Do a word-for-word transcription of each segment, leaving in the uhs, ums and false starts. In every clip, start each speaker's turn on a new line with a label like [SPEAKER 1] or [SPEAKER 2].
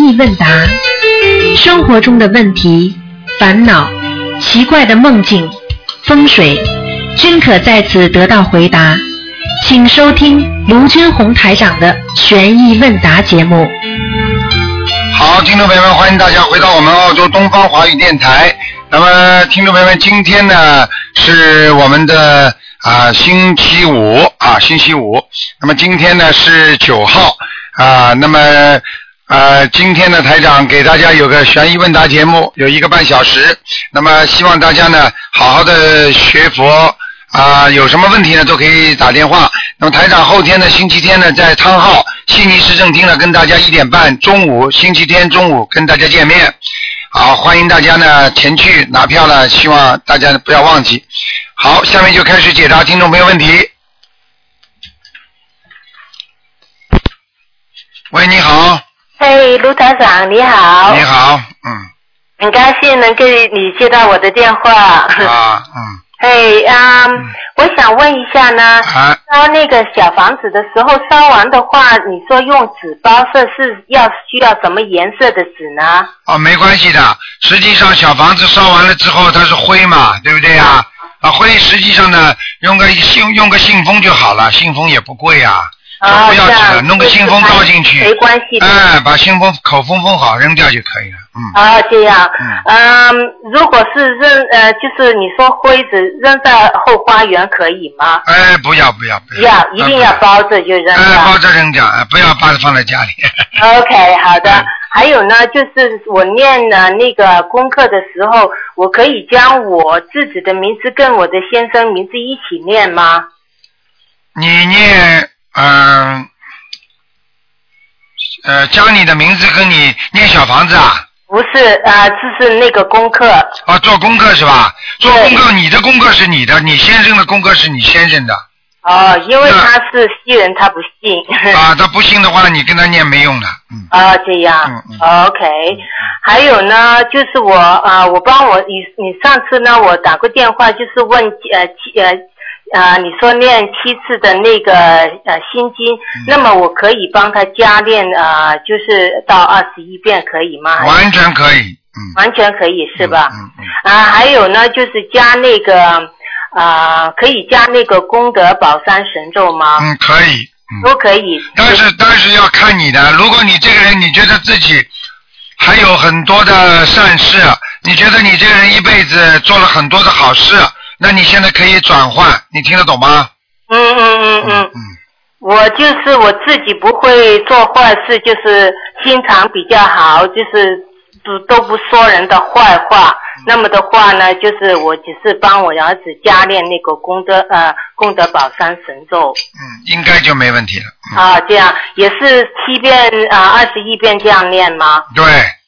[SPEAKER 1] 意问答，生活中的问题、烦恼、奇怪的梦境、风水，均可在此得到回答。请收听卢军红台长的悬疑问答节目。
[SPEAKER 2] 好，听众朋友们，欢迎大家回到我们澳洲东方华语电台。那么，听众朋友们，今天呢是我们的啊星期五啊星期五。那么今天呢是九号啊。那么呃，今天呢台长给大家有个悬疑问答节目，有一个半小时。那么希望大家呢好好的学佛。啊，有什么问题呢都可以打电话。那么台长后天呢星期天呢在汤号悉尼市政厅呢跟大家一点半中午星期天中午跟大家见面。好，欢迎大家呢前去拿票呢，希望大家不要忘记。好，下面就开始解答听众朋友问题。喂，你好。
[SPEAKER 3] 嘿，卢台长你好。
[SPEAKER 2] 你好，嗯。
[SPEAKER 3] 很高兴能跟你接到我的电话。
[SPEAKER 2] 啊，嗯。
[SPEAKER 3] 嘿啊、嗯，我想问一下呢，
[SPEAKER 2] 啊、
[SPEAKER 3] 烧那个小房子的时候，烧完的话，你说用纸包设是要需要什么颜色的纸呢？
[SPEAKER 2] 哦，没关系的，实际上小房子烧完了之后它是灰嘛，对不对呀？啊，灰实际上呢，用个信用个信封就好了，信封也不贵啊。
[SPEAKER 3] 啊，
[SPEAKER 2] 不要纸了，弄个信封倒进去，
[SPEAKER 3] 没关系的。
[SPEAKER 2] 哎，把信封口封封好，扔掉就可以了。嗯。
[SPEAKER 3] 啊，这样。
[SPEAKER 2] 嗯。
[SPEAKER 3] 嗯，如果是扔呃，就是你说灰纸扔在后花园可以吗？
[SPEAKER 2] 哎，不要不要不
[SPEAKER 3] 要。要，一定要包着就扔掉。
[SPEAKER 2] 哎，包着扔掉，哎，不要把它放在家里。
[SPEAKER 3] OK， 好的。
[SPEAKER 2] 嗯、
[SPEAKER 3] 还有呢，就是我念呢那个功课的时候，我可以将我自己的名字跟我的先生名字一起念吗？
[SPEAKER 2] 你念。嗯，呃，将你的名字跟你念小房子啊？
[SPEAKER 3] 不是啊、呃，这是那个功课。
[SPEAKER 2] 哦，做功课是吧？做功课，你的功课是你的，你先生的功课是你先生的。
[SPEAKER 3] 哦，因为他是西人，他不信。
[SPEAKER 2] 啊，他不信的话，你跟他念没用的。嗯。
[SPEAKER 3] 啊，这样。
[SPEAKER 2] 嗯嗯。
[SPEAKER 3] OK，还有呢，就是我啊、呃，我帮我你你上次呢，我打过电话，就是问呃呃。啊、呃，你说念七次的那个呃心经、嗯，那么我可以帮他加练啊、呃，就是到二十一遍可以吗？
[SPEAKER 2] 完全可以，嗯，
[SPEAKER 3] 完全可以是吧？
[SPEAKER 2] 嗯嗯。
[SPEAKER 3] 啊、呃，还有呢，就是加那个啊、呃，可以加那个功德宝山神咒吗？
[SPEAKER 2] 嗯，可以，嗯，
[SPEAKER 3] 都可以。
[SPEAKER 2] 但是但是要看你的，如果你这个人你觉得自己还有很多的善事，你觉得你这个人一辈子做了很多的好事。那你现在可以转换，你听得懂吗？
[SPEAKER 3] 嗯嗯嗯嗯嗯。我就是我自己不会做坏事，就是心肠比较好，就是都都不说人的坏话。嗯、那么的话呢，就是我只是帮我儿子加练那个功德呃功德宝山神咒。
[SPEAKER 2] 嗯，应该就没问题了。
[SPEAKER 3] 嗯、啊，这样也是七遍啊二十一遍这样念吗？
[SPEAKER 2] 对。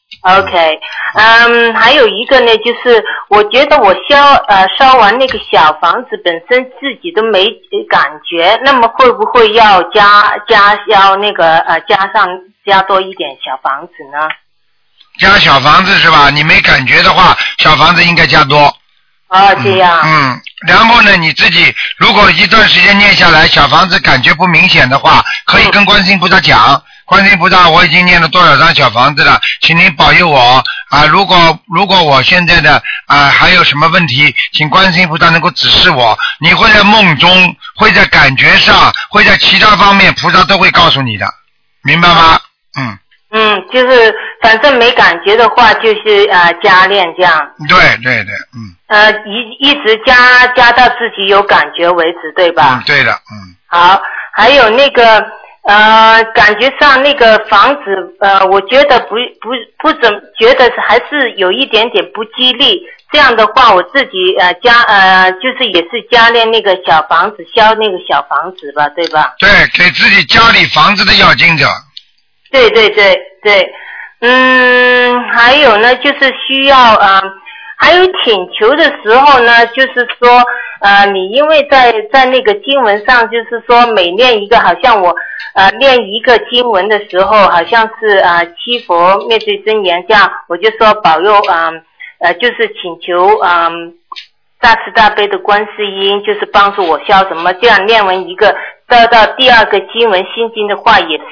[SPEAKER 3] OK， 嗯，还有一个呢，就是我觉得我烧呃烧完那个小房子本身自己都没感觉，那么会不会要加加要那个呃加上加多一点小房子呢？
[SPEAKER 2] 加小房子是吧？你没感觉的话，小房子应该加多。
[SPEAKER 3] 哦，这样。
[SPEAKER 2] 嗯，嗯然后呢，你自己如果一段时间念下来，小房子感觉不明显的话，可以跟观世音菩萨讲。嗯观世音菩萨，我已经念了多少张小房子了，请您保佑我啊！如果如果我现在的啊还有什么问题，请观世音菩萨能够指示我。你会在梦中，会在感觉上，会在其他方面，菩萨都会告诉你的，明白吗？嗯。
[SPEAKER 3] 嗯，就是反正没感觉的话，就是呃加练这样。
[SPEAKER 2] 对对对，嗯。
[SPEAKER 3] 呃，一一直加加到自己有感觉为止，对吧？
[SPEAKER 2] 嗯，对的，嗯。
[SPEAKER 3] 好，还有那个。呃，感觉上那个房子，呃，我觉得不不不怎觉得还是有一点点不吉利。这样的话，我自己呃加呃就是也是加练那个小房子，消那个小房子吧，对吧？
[SPEAKER 2] 对，给自己家里房子的要经者。
[SPEAKER 3] 对对对对，嗯，还有呢，就是需要呃。还有请求的时候呢，就是说，呃，你因为在在那个经文上，就是说每念一个，好像我呃念一个经文的时候，好像是呃七佛灭罪真言这样，我就说保佑啊 呃, 呃就是请求嗯、呃、大慈大悲的观世音，就是帮助我消什么，这样念完一个，到到第二个经文心经的话，也是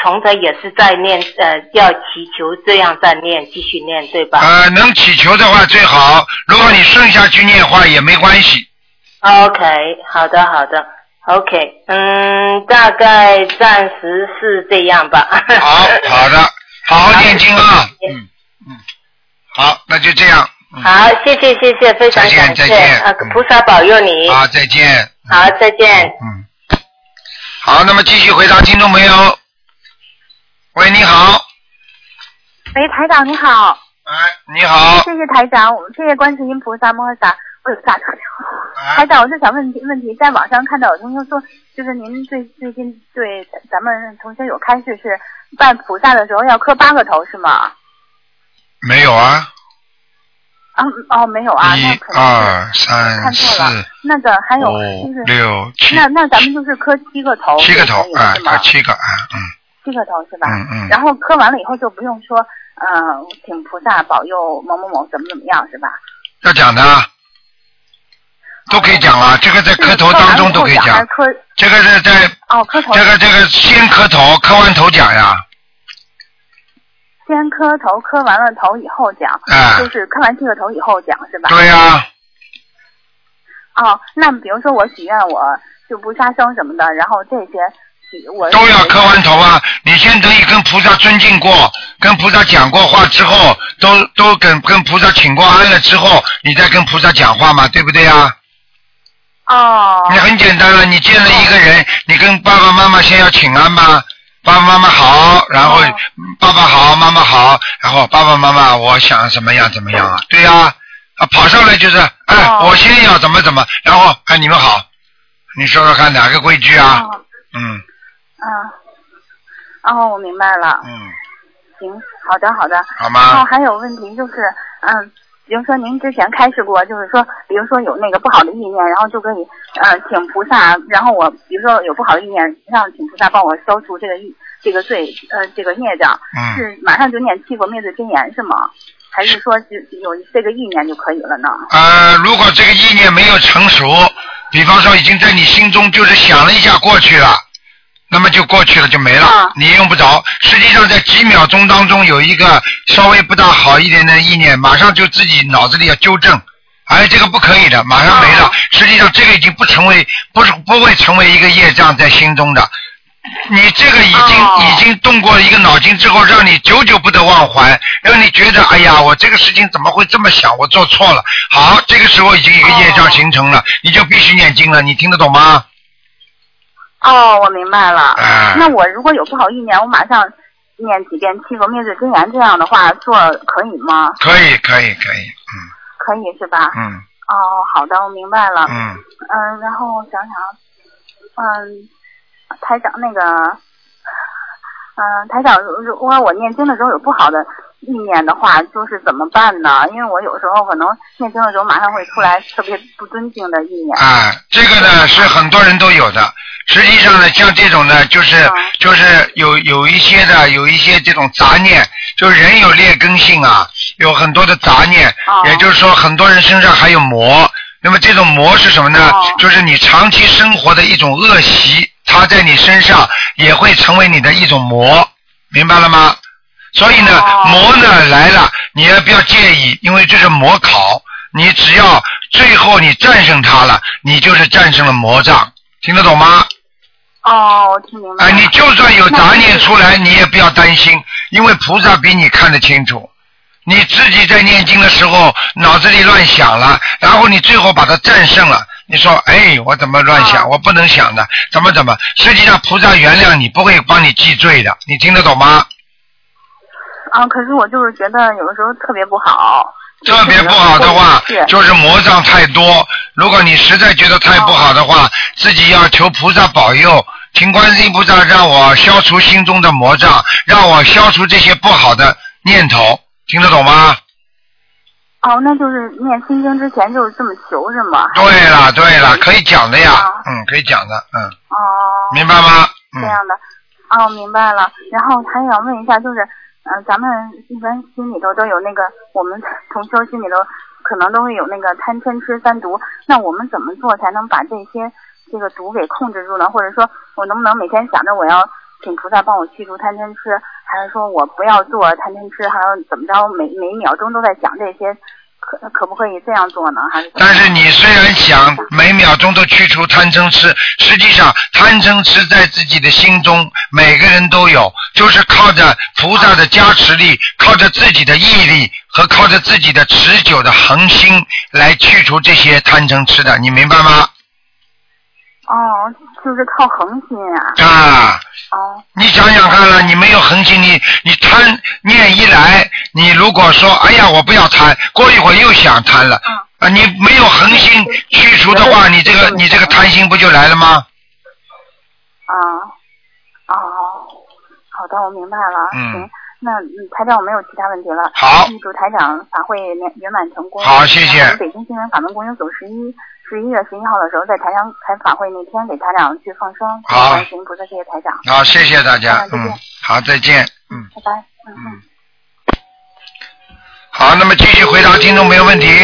[SPEAKER 3] 从头也是在念，呃，要祈求这样再念，继续念，对吧？
[SPEAKER 2] 呃，能祈求的话最好，如果你顺下去念的话也没关系。
[SPEAKER 3] OK， 好的好的 ，OK， 嗯，大概暂时是这样吧。
[SPEAKER 2] 好好的，好好念经啊。嗯嗯，好，那就这样。嗯、
[SPEAKER 3] 好，谢谢谢谢，非常感谢。
[SPEAKER 2] 再见再见。
[SPEAKER 3] 啊，菩萨保佑你。
[SPEAKER 2] 好，再见。
[SPEAKER 3] 好，再见。
[SPEAKER 2] 嗯。好，那么继续回答听众朋友。喂，你好。
[SPEAKER 4] 喂，台长你好。
[SPEAKER 2] 哎，你好。
[SPEAKER 4] 谢谢台长，谢谢观世音菩萨、摩诃萨。我有打错电话。台长，我就想问题问题，在网上看到有同学说，就是您最最近对咱们同学有开示是拜菩萨的时候要磕八个头是吗？
[SPEAKER 2] 没有啊。
[SPEAKER 4] 啊哦，没有啊，那可能
[SPEAKER 2] 二三
[SPEAKER 4] 看错了。那个还有就是
[SPEAKER 2] 六七，
[SPEAKER 4] 那那咱们就是磕七个头，
[SPEAKER 2] 七个头啊，磕七个啊，嗯。
[SPEAKER 4] 七个头是吧？
[SPEAKER 2] 嗯嗯。
[SPEAKER 4] 然后磕完了以后就不用说，嗯、呃，请菩萨保佑某某某怎么怎么样是吧？
[SPEAKER 2] 要讲的。都可以讲啊，这个在磕头当中都可以讲。这个是在
[SPEAKER 4] 哦，磕头。
[SPEAKER 2] 这个这个先磕头，磕完头讲呀。
[SPEAKER 4] 先磕头，磕完了头以后讲，
[SPEAKER 2] 哎、
[SPEAKER 4] 就是磕完这个头以后讲是吧？
[SPEAKER 2] 对呀、啊。
[SPEAKER 4] 哦，那比如说我许愿我就不杀生什么的，然后这些我
[SPEAKER 2] 都要磕完头啊！你先等于跟菩萨尊敬过，跟菩萨讲过话之后，都都跟跟菩萨请过安了之后，你再跟菩萨讲话嘛，对不对啊？
[SPEAKER 4] 哦。
[SPEAKER 2] 你很简单了，你见了一个人，你跟爸爸妈妈先要请安吧。爸爸妈妈好，然后爸爸好，妈妈好，然后爸爸妈妈我想怎么样怎么样啊？对呀、啊，啊跑上来就是哎，哦、我先要怎么怎么，然后哎你们好，你说说看哪个规矩啊？
[SPEAKER 4] 哦、
[SPEAKER 2] 嗯。
[SPEAKER 4] 嗯。哦，我明白了。
[SPEAKER 2] 嗯。
[SPEAKER 4] 行，好的好的。
[SPEAKER 2] 好吗？
[SPEAKER 4] 然后还有问题就是，嗯。比如说您之前开示过，就是说，比如说有那个不好的意念，然后就可以，呃，请菩萨，然后我比如说有不好的意念，让请菩萨帮我消除这个意这个罪，呃，这个孽障，
[SPEAKER 2] 嗯、
[SPEAKER 4] 是马上就念七佛灭罪真言是吗？还是说就有这个意念就可以了呢？
[SPEAKER 2] 呃，如果这个意念没有成熟，比方说已经在你心中就是想了一下过去了。那么就过去了，就没了，啊、你用不着。实际上在几秒钟当中有一个稍微不大好一点的意念，马上就自己脑子里要纠正，哎，这个不可以的，马上没了。啊、实际上这个已经不成为，不是不会成为一个业障在心中的。你这个已经、啊、已经动过一个脑筋之后，让你久久不得忘怀，让你觉得哎呀，我这个事情怎么会这么想，我做错了。好，这个时候已经一个业障形成了，啊、你就必须念经了，你听得懂吗？
[SPEAKER 4] 哦，我明白了。
[SPEAKER 2] 啊、
[SPEAKER 4] 那我如果有不好意念，我马上念几遍七佛灭罪真言，这样的话做可以吗？
[SPEAKER 2] 可以，可以，可以，嗯。
[SPEAKER 4] 可以是吧？
[SPEAKER 2] 嗯。
[SPEAKER 4] 哦，好的，我明白了。
[SPEAKER 2] 嗯。
[SPEAKER 4] 嗯，然后想想，嗯，台长那个，嗯，台长，如果我念经的时候有不好的意念的话，就是怎么办呢？因为我有时候可能念经的时候马上会出来特别不尊敬的意念。
[SPEAKER 2] 啊，这个呢是很多人都有的。实际上呢，像这种呢，就是就是有有一些的，有一些这种杂念，就是人有劣根性啊，有很多的杂念，也就是说很多人身上还有魔。那么这种魔是什么呢？就是你长期生活的一种恶习，它在你身上也会成为你的一种魔，明白了吗？所以呢，魔呢来了，你也不要介意，因为这是魔考，你只要最后你战胜它了，你就是战胜了魔障，听得懂吗？
[SPEAKER 4] 哦，我听明白了。
[SPEAKER 2] 啊，你就算有杂念出来，你也不要担心，因为菩萨比你看得清楚。你自己在念经的时候，脑子里乱想了，然后你最后把它战胜了。你说，哎，我怎么乱想？哦、我不能想的，怎么怎么？实际上，菩萨原谅你，不会帮你记罪的。你听得懂吗？
[SPEAKER 4] 啊，可是我就是觉得有的时候特别不好。
[SPEAKER 2] 特别不好的话，就是魔障太多。如果你实在觉得太不好的话，哦、自己要求菩萨保佑，请观世音菩萨让我消除心中的魔障，让我消除这些不好的念头，听得懂吗？
[SPEAKER 4] 哦，那就是念心经之前就是这么求是吗？
[SPEAKER 2] 对了对了，可以讲的呀，啊、嗯，可以讲的，嗯。
[SPEAKER 4] 哦。
[SPEAKER 2] 明白吗？
[SPEAKER 4] 嗯、这样的，哦，明白了。然后还想问一下，就是。嗯、呃，咱们一般心里头都有那个，我们同修心里头可能都会有那个贪嗔痴三毒。那我们怎么做才能把这些这个毒给控制住呢？或者说我能不能每天想着我要请菩萨帮我去除贪嗔痴，还是说我不要做贪嗔痴，还要怎么着？每每秒钟都在想这些，可可不可以这样做呢？还是？
[SPEAKER 2] 但是你虽然想每秒钟都去除贪嗔痴，实际上贪嗔痴在自己的心中，每个人都有，就是靠着菩萨的加持力，靠着自己的毅力和靠着自己的持久的恒心来去除这些贪嗔痴的，你明白吗？
[SPEAKER 4] 哦，就是靠恒心啊。
[SPEAKER 2] 啊。
[SPEAKER 4] 哦。
[SPEAKER 2] 你想想看了，你没有恒心，你你贪念一来，你如果说哎呀我不要贪，过一会儿又想贪了，
[SPEAKER 4] 嗯、
[SPEAKER 2] 啊，你没有恒心去除的话，你这个你这个贪心不就来了吗？
[SPEAKER 4] 啊，哦，好的，我明白了。
[SPEAKER 2] 嗯。
[SPEAKER 4] 行，那台长我没有其他问题了。
[SPEAKER 2] 好。
[SPEAKER 4] 祝台长法会圆圆满成功。
[SPEAKER 2] 好，谢谢。
[SPEAKER 4] 北京新闻法门公营组十一。十一月十一号的时候，在台长开法会那天，给台长去放生。
[SPEAKER 2] 好，
[SPEAKER 4] 观世音菩萨，谢谢台长。
[SPEAKER 2] 好，谢谢大家。
[SPEAKER 4] 嗯，
[SPEAKER 2] 好，再见。嗯，
[SPEAKER 4] 拜拜。嗯嗯。
[SPEAKER 2] 好，那么继续回答听众朋友问题。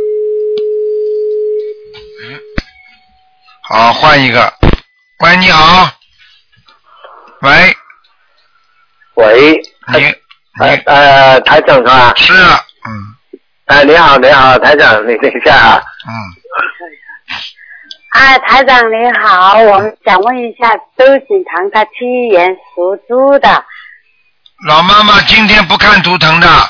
[SPEAKER 2] 嗯，好，换一个。喂，你好。喂。
[SPEAKER 5] 喂。
[SPEAKER 2] 你。
[SPEAKER 5] 呃呃，台长是吧？
[SPEAKER 2] 是。嗯。
[SPEAKER 5] 哎，你好，你好，台长，你等一下啊。
[SPEAKER 2] 嗯。
[SPEAKER 6] 啊，台长你好，我们想问一下周景堂，他七一年属猪的。
[SPEAKER 2] 老妈妈今天不看图腾的。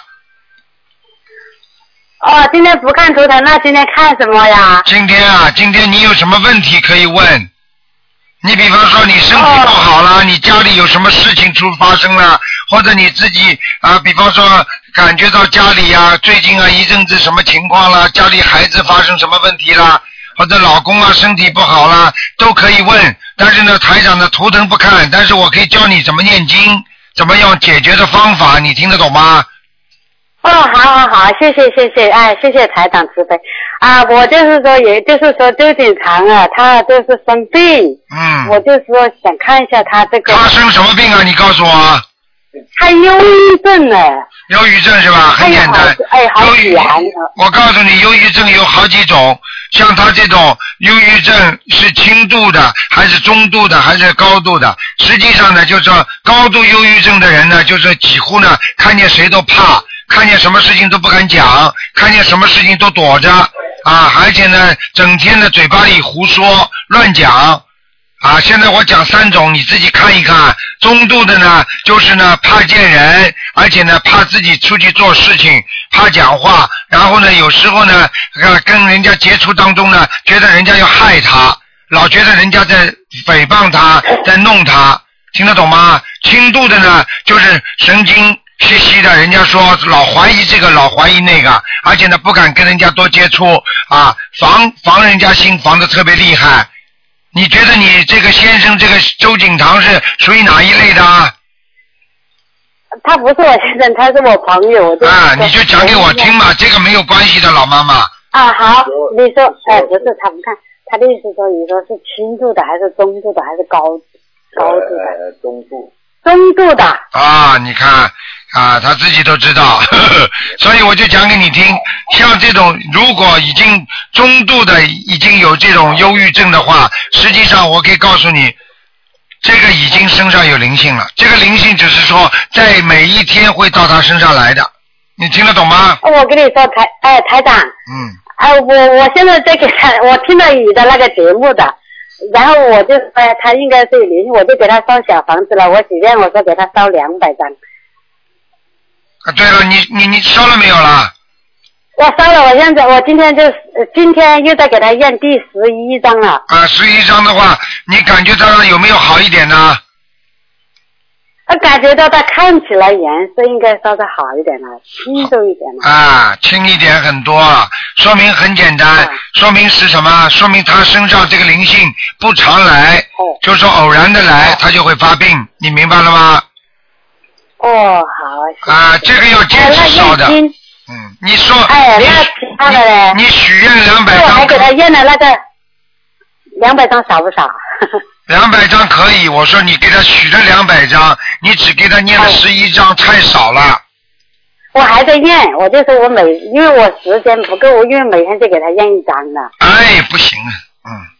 [SPEAKER 6] 哦，今天不看图腾，那今天看什么呀？
[SPEAKER 2] 今天啊，今天你有什么问题可以问？你比方说你身体不好了，哦、你家里有什么事情出发生了，或者你自己啊，比方说感觉到家里啊最近啊一阵子什么情况了，家里孩子发生什么问题了，或者老公啊身体不好了，都可以问。但是呢，台长的图腾不看，但是我可以教你怎么念经，怎么用解决的方法，你听得懂吗？
[SPEAKER 6] 哦，好好好，谢谢谢谢，哎，谢谢台长慈悲啊！我就是说，也就是说，周景堂啊，他就是生病，
[SPEAKER 2] 嗯，
[SPEAKER 6] 我就是说想看一下他这个。
[SPEAKER 2] 他生什么病啊？你告诉我。
[SPEAKER 6] 他忧郁症呢。
[SPEAKER 2] 忧郁症是吧？很简单。
[SPEAKER 6] 哎，好简单。
[SPEAKER 2] 我告诉你，忧郁症有好几种，像他这种忧郁症是轻度的，还是中度的，还是高度的？实际上呢，就是说高度忧郁症的人呢，就是几乎呢看见谁都怕。看见什么事情都不敢讲，看见什么事情都躲着啊，而且呢，整天的嘴巴里胡说乱讲啊。现在我讲三种，你自己看一看。中度的呢，就是呢怕见人，而且呢怕自己出去做事情，怕讲话，然后呢有时候呢跟人家接触当中呢，觉得人家要害他，老觉得人家在诽谤他，在弄他，听得懂吗？轻度的呢，就是神经兮兮的，人家说老怀疑这个老怀疑那个，而且呢不敢跟人家多接触啊，防防人家心防得特别厉害。你觉得你这个先生这个周景堂是属于哪一类的啊？
[SPEAKER 6] 他不是我先生，他是我朋友。
[SPEAKER 2] 啊，你就讲给我听嘛，这个没有关系的，老妈妈。
[SPEAKER 6] 啊，好，你说，哎，不是，他不看，他的意思说，你说是轻度的，还是中度的，还是高高度的？
[SPEAKER 5] 呃，中度。
[SPEAKER 6] 中度的。
[SPEAKER 2] 啊，你看。啊，他自己都知道，呵呵，所以我就讲给你听。像这种如果已经中度的已经有这种忧郁症的话，实际上我可以告诉你，这个已经身上有灵性了。这个灵性只是说在每一天会到他身上来的，你听得懂吗？
[SPEAKER 6] 我跟你说，台哎台长，
[SPEAKER 2] 嗯，
[SPEAKER 6] 哎我我现在在给他，我听了你的那个节目的，然后我就说他应该是有灵性，我就给他烧小房子了，我许愿我说给他烧两百张。
[SPEAKER 2] 啊，对了，你你你烧了没有啦？
[SPEAKER 6] 我烧了，我现在我今天就今天又在给他验第十一章了。
[SPEAKER 2] 啊，十一章的话，你感觉到有没有好一点呢？
[SPEAKER 6] 我感觉到他看起来颜色应该稍微好一点了，清瘦一点了。
[SPEAKER 2] 啊，轻一点很多，说明很简单，啊、说明是什么？说明他身上这个灵性不常来，哦、就说偶然的来，他就会发病，你明白了吗？
[SPEAKER 6] 哦，好。
[SPEAKER 2] 啊，这个要坚持烧的。嗯，你说。
[SPEAKER 6] 哎，那其他的嘞？
[SPEAKER 2] 你许愿两百张。
[SPEAKER 6] 我还给他验了那个两百张少不少？
[SPEAKER 2] 两百张可以，我说你给他许了两百张，你只给他念了十一张，太少了。
[SPEAKER 6] 我还在验，我就说我每因为我时间不够，因为每天就给他验一张的。
[SPEAKER 2] 哎，不行啊，嗯。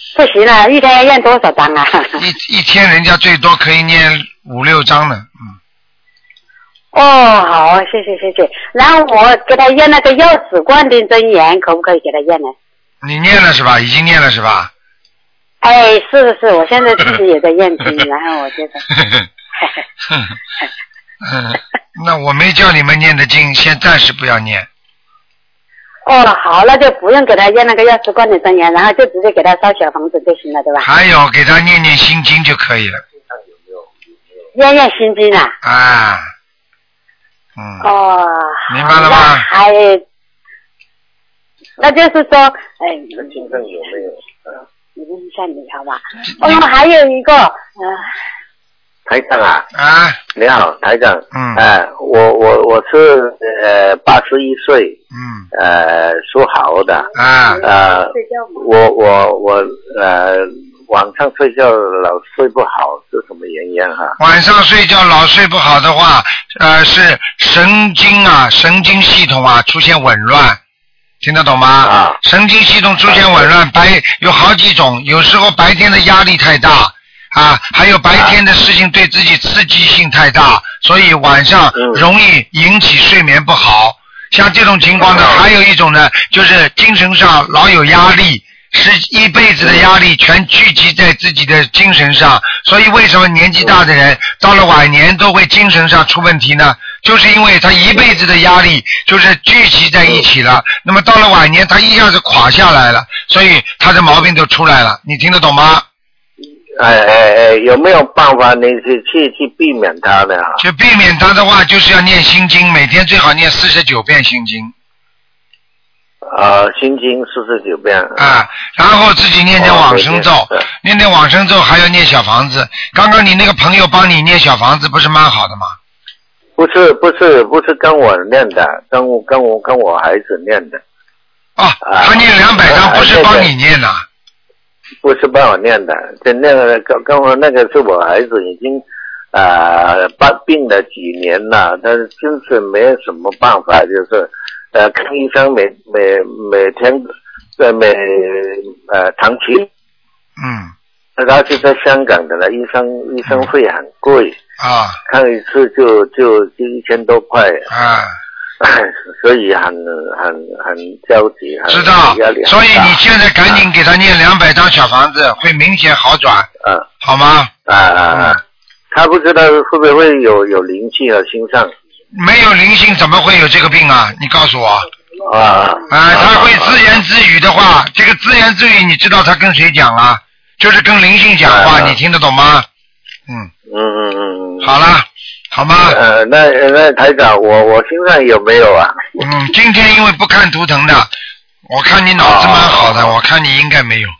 [SPEAKER 6] 不行了，一天要念多少章啊？
[SPEAKER 2] 一一天人家最多可以念五六章呢，嗯。
[SPEAKER 6] 哦，好，谢谢谢谢。然后我给他念那个药师灌顶真言，可不可以给他念呢？你
[SPEAKER 2] 念了是吧？已经念了是吧？
[SPEAKER 6] 哎，是是是，我现在自己也在念经，然后我觉得。
[SPEAKER 2] 嗯，那我没叫你们念的经，先暂时不要念。
[SPEAKER 6] 哦，好，那就不用给他念那个药师灌顶真言，然后就直接给他烧小房子就行了，对吧？
[SPEAKER 2] 还有给他念念心经就可以了。
[SPEAKER 6] 念念心经啊？
[SPEAKER 2] 啊。嗯。
[SPEAKER 6] 哦。
[SPEAKER 2] 明白了吗？
[SPEAKER 6] 还，那就是说，哎，
[SPEAKER 5] 经证有没有？
[SPEAKER 6] 你问一下你好吧？哦，还有一个，呃。
[SPEAKER 5] 台长啊，
[SPEAKER 2] 啊，
[SPEAKER 5] 你好，台长，
[SPEAKER 2] 嗯，
[SPEAKER 5] 哎、呃，我我我是呃八十一岁，
[SPEAKER 2] 嗯，
[SPEAKER 5] 呃属猴的，
[SPEAKER 2] 啊，
[SPEAKER 5] 呃，我我我呃晚上睡觉老睡不好，是什么原因哈、啊？
[SPEAKER 2] 晚上睡觉老睡不好的话，呃，是神经啊，神经系统啊出现紊乱，听得懂吗？
[SPEAKER 5] 啊，
[SPEAKER 2] 神经系统出现紊乱，白有好几种，有时候白天的压力太大。啊，还有白天的事情对自己刺激性太大，所以晚上容易引起睡眠不好。像这种情况呢，还有一种呢，就是精神上老有压力，是一辈子的压力全聚集在自己的精神上。所以为什么年纪大的人到了晚年都会精神上出问题呢？就是因为他一辈子的压力就是聚集在一起了，那么到了晚年他一下子垮下来了，所以他的毛病都出来了。你听得懂吗？
[SPEAKER 5] 哎哎哎，有没有办法你去去去避免它呢？
[SPEAKER 2] 去避免它的话，就是要念心经，每天最好念四十九遍心经。
[SPEAKER 5] 呃，心经四十九遍。
[SPEAKER 2] 啊，然后自己念念往生咒，
[SPEAKER 5] 哦、
[SPEAKER 2] 念念往生咒，还要念小房子。刚刚你那个朋友帮你念小房子，不是蛮好的吗？
[SPEAKER 5] 不是不是不是跟我念的，跟我跟我跟我孩子念的。
[SPEAKER 2] 哦，他念两百张，不是帮你念的。
[SPEAKER 5] 不是帮我念的，这那个跟跟我那个是我孩子已经呃病了几年了，但是就是没有什么办法，就是呃看医生每每每天呃每呃长期，
[SPEAKER 2] 嗯，
[SPEAKER 5] 他是在香港的了，医生医生费很贵
[SPEAKER 2] 啊，
[SPEAKER 5] 看一次就就就一千多块
[SPEAKER 2] 啊。
[SPEAKER 5] 所以很很很焦急，
[SPEAKER 2] 知道，所以你现在赶紧给他念两百张小房子，会明显好转，
[SPEAKER 5] 嗯，
[SPEAKER 2] 好吗？
[SPEAKER 5] 啊啊，嗯、他不知道会不会有有灵气啊，心上
[SPEAKER 2] 没有灵性怎么会有这个病啊？你告诉我。
[SPEAKER 5] 啊啊，
[SPEAKER 2] 他会自言自语的话，这个自言自语你知道他跟谁讲啊？就是跟灵性讲话，你听得懂吗？嗯
[SPEAKER 5] 嗯嗯嗯，
[SPEAKER 2] 好了。好吗？
[SPEAKER 5] 呃，那那台长，我我身上有没有啊？
[SPEAKER 2] 嗯，今天因为不看图腾的，我看你脑子蛮好的，哦、我看你应该没有。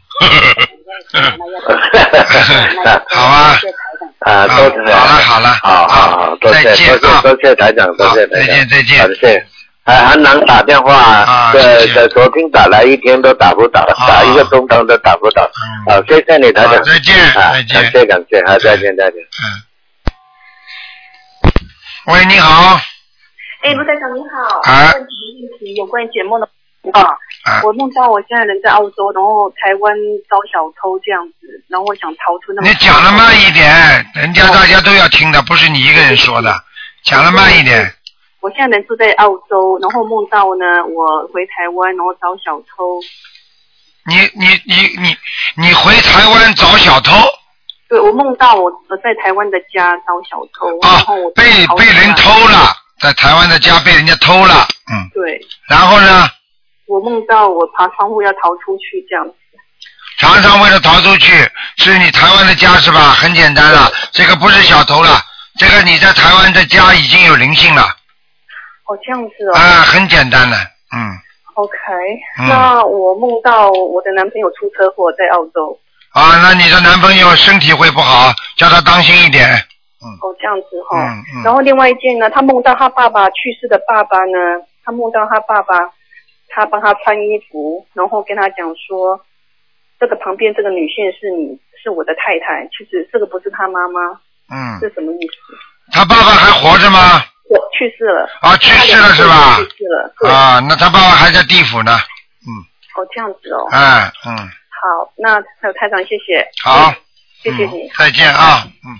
[SPEAKER 2] 好啊。
[SPEAKER 5] 啊，多谢。
[SPEAKER 2] 好了好了。
[SPEAKER 5] 好好好，多谢，多谢多谢台长，多谢台长。
[SPEAKER 2] 再见再见。
[SPEAKER 5] 好，谢谢。还还能打电话，
[SPEAKER 2] 啊，
[SPEAKER 5] 这这昨天打来一天都打不到，打一个钟头都打不到。好，谢谢你台长。
[SPEAKER 2] 再见再见。
[SPEAKER 5] 感谢感谢，好，再见再见。
[SPEAKER 2] 嗯。喂，你好。
[SPEAKER 7] 哎，卢台长你好。
[SPEAKER 2] 啊。
[SPEAKER 7] 问题问题有关于解梦的啊。啊。我梦到我现在人在澳洲，然后台湾遭小偷这样子，然后我想逃出那么。
[SPEAKER 2] 你讲的慢一点，人家大家都要听的，不是你一个人说的，讲的慢一点。
[SPEAKER 7] 我现在人住在澳洲，然后梦到呢，我回台湾，然后找小偷。
[SPEAKER 2] 你你你你你回台湾找小偷？
[SPEAKER 7] 对，我梦到我在台湾的家找小偷，
[SPEAKER 2] 啊、
[SPEAKER 7] 然后我
[SPEAKER 2] 被被人偷了，在台湾的家被人家偷了，嗯。
[SPEAKER 7] 对。
[SPEAKER 2] 然后呢？
[SPEAKER 7] 我梦到我爬窗户要逃出去，这样子。
[SPEAKER 2] 常常为了逃出去，是你台湾的家是吧？很简单了，这个不是小偷了，这个你在台湾的家已经有灵性了。
[SPEAKER 7] 哦，这样子哦。
[SPEAKER 2] 啊，很简单的，嗯。
[SPEAKER 7] OK，、
[SPEAKER 2] 嗯、
[SPEAKER 7] 那我梦到我的男朋友出车祸在澳洲。
[SPEAKER 2] 啊，那你的男朋友身体会不好，叫他当心一点。嗯。
[SPEAKER 7] 哦，这样子哈、哦。
[SPEAKER 2] 嗯嗯。
[SPEAKER 7] 然后另外一件呢，他梦到他爸爸去世的爸爸呢，他梦到他爸爸，他帮他穿衣服，然后跟他讲说，这个旁边这个女性是你，是我的太太，其实这个不是他妈妈。
[SPEAKER 2] 嗯。
[SPEAKER 7] 是什么意思？
[SPEAKER 2] 他爸爸还活着吗？
[SPEAKER 7] 我去世了。
[SPEAKER 2] 啊，去世了是吧？
[SPEAKER 7] 去世了。
[SPEAKER 2] 啊，那他爸爸还在地府呢。嗯。
[SPEAKER 7] 哦，这样子哦。
[SPEAKER 2] 哎，嗯。
[SPEAKER 7] 好，那还有台长，谢谢。
[SPEAKER 2] 好，
[SPEAKER 7] 谢谢你、
[SPEAKER 2] 嗯。再见啊，嗯。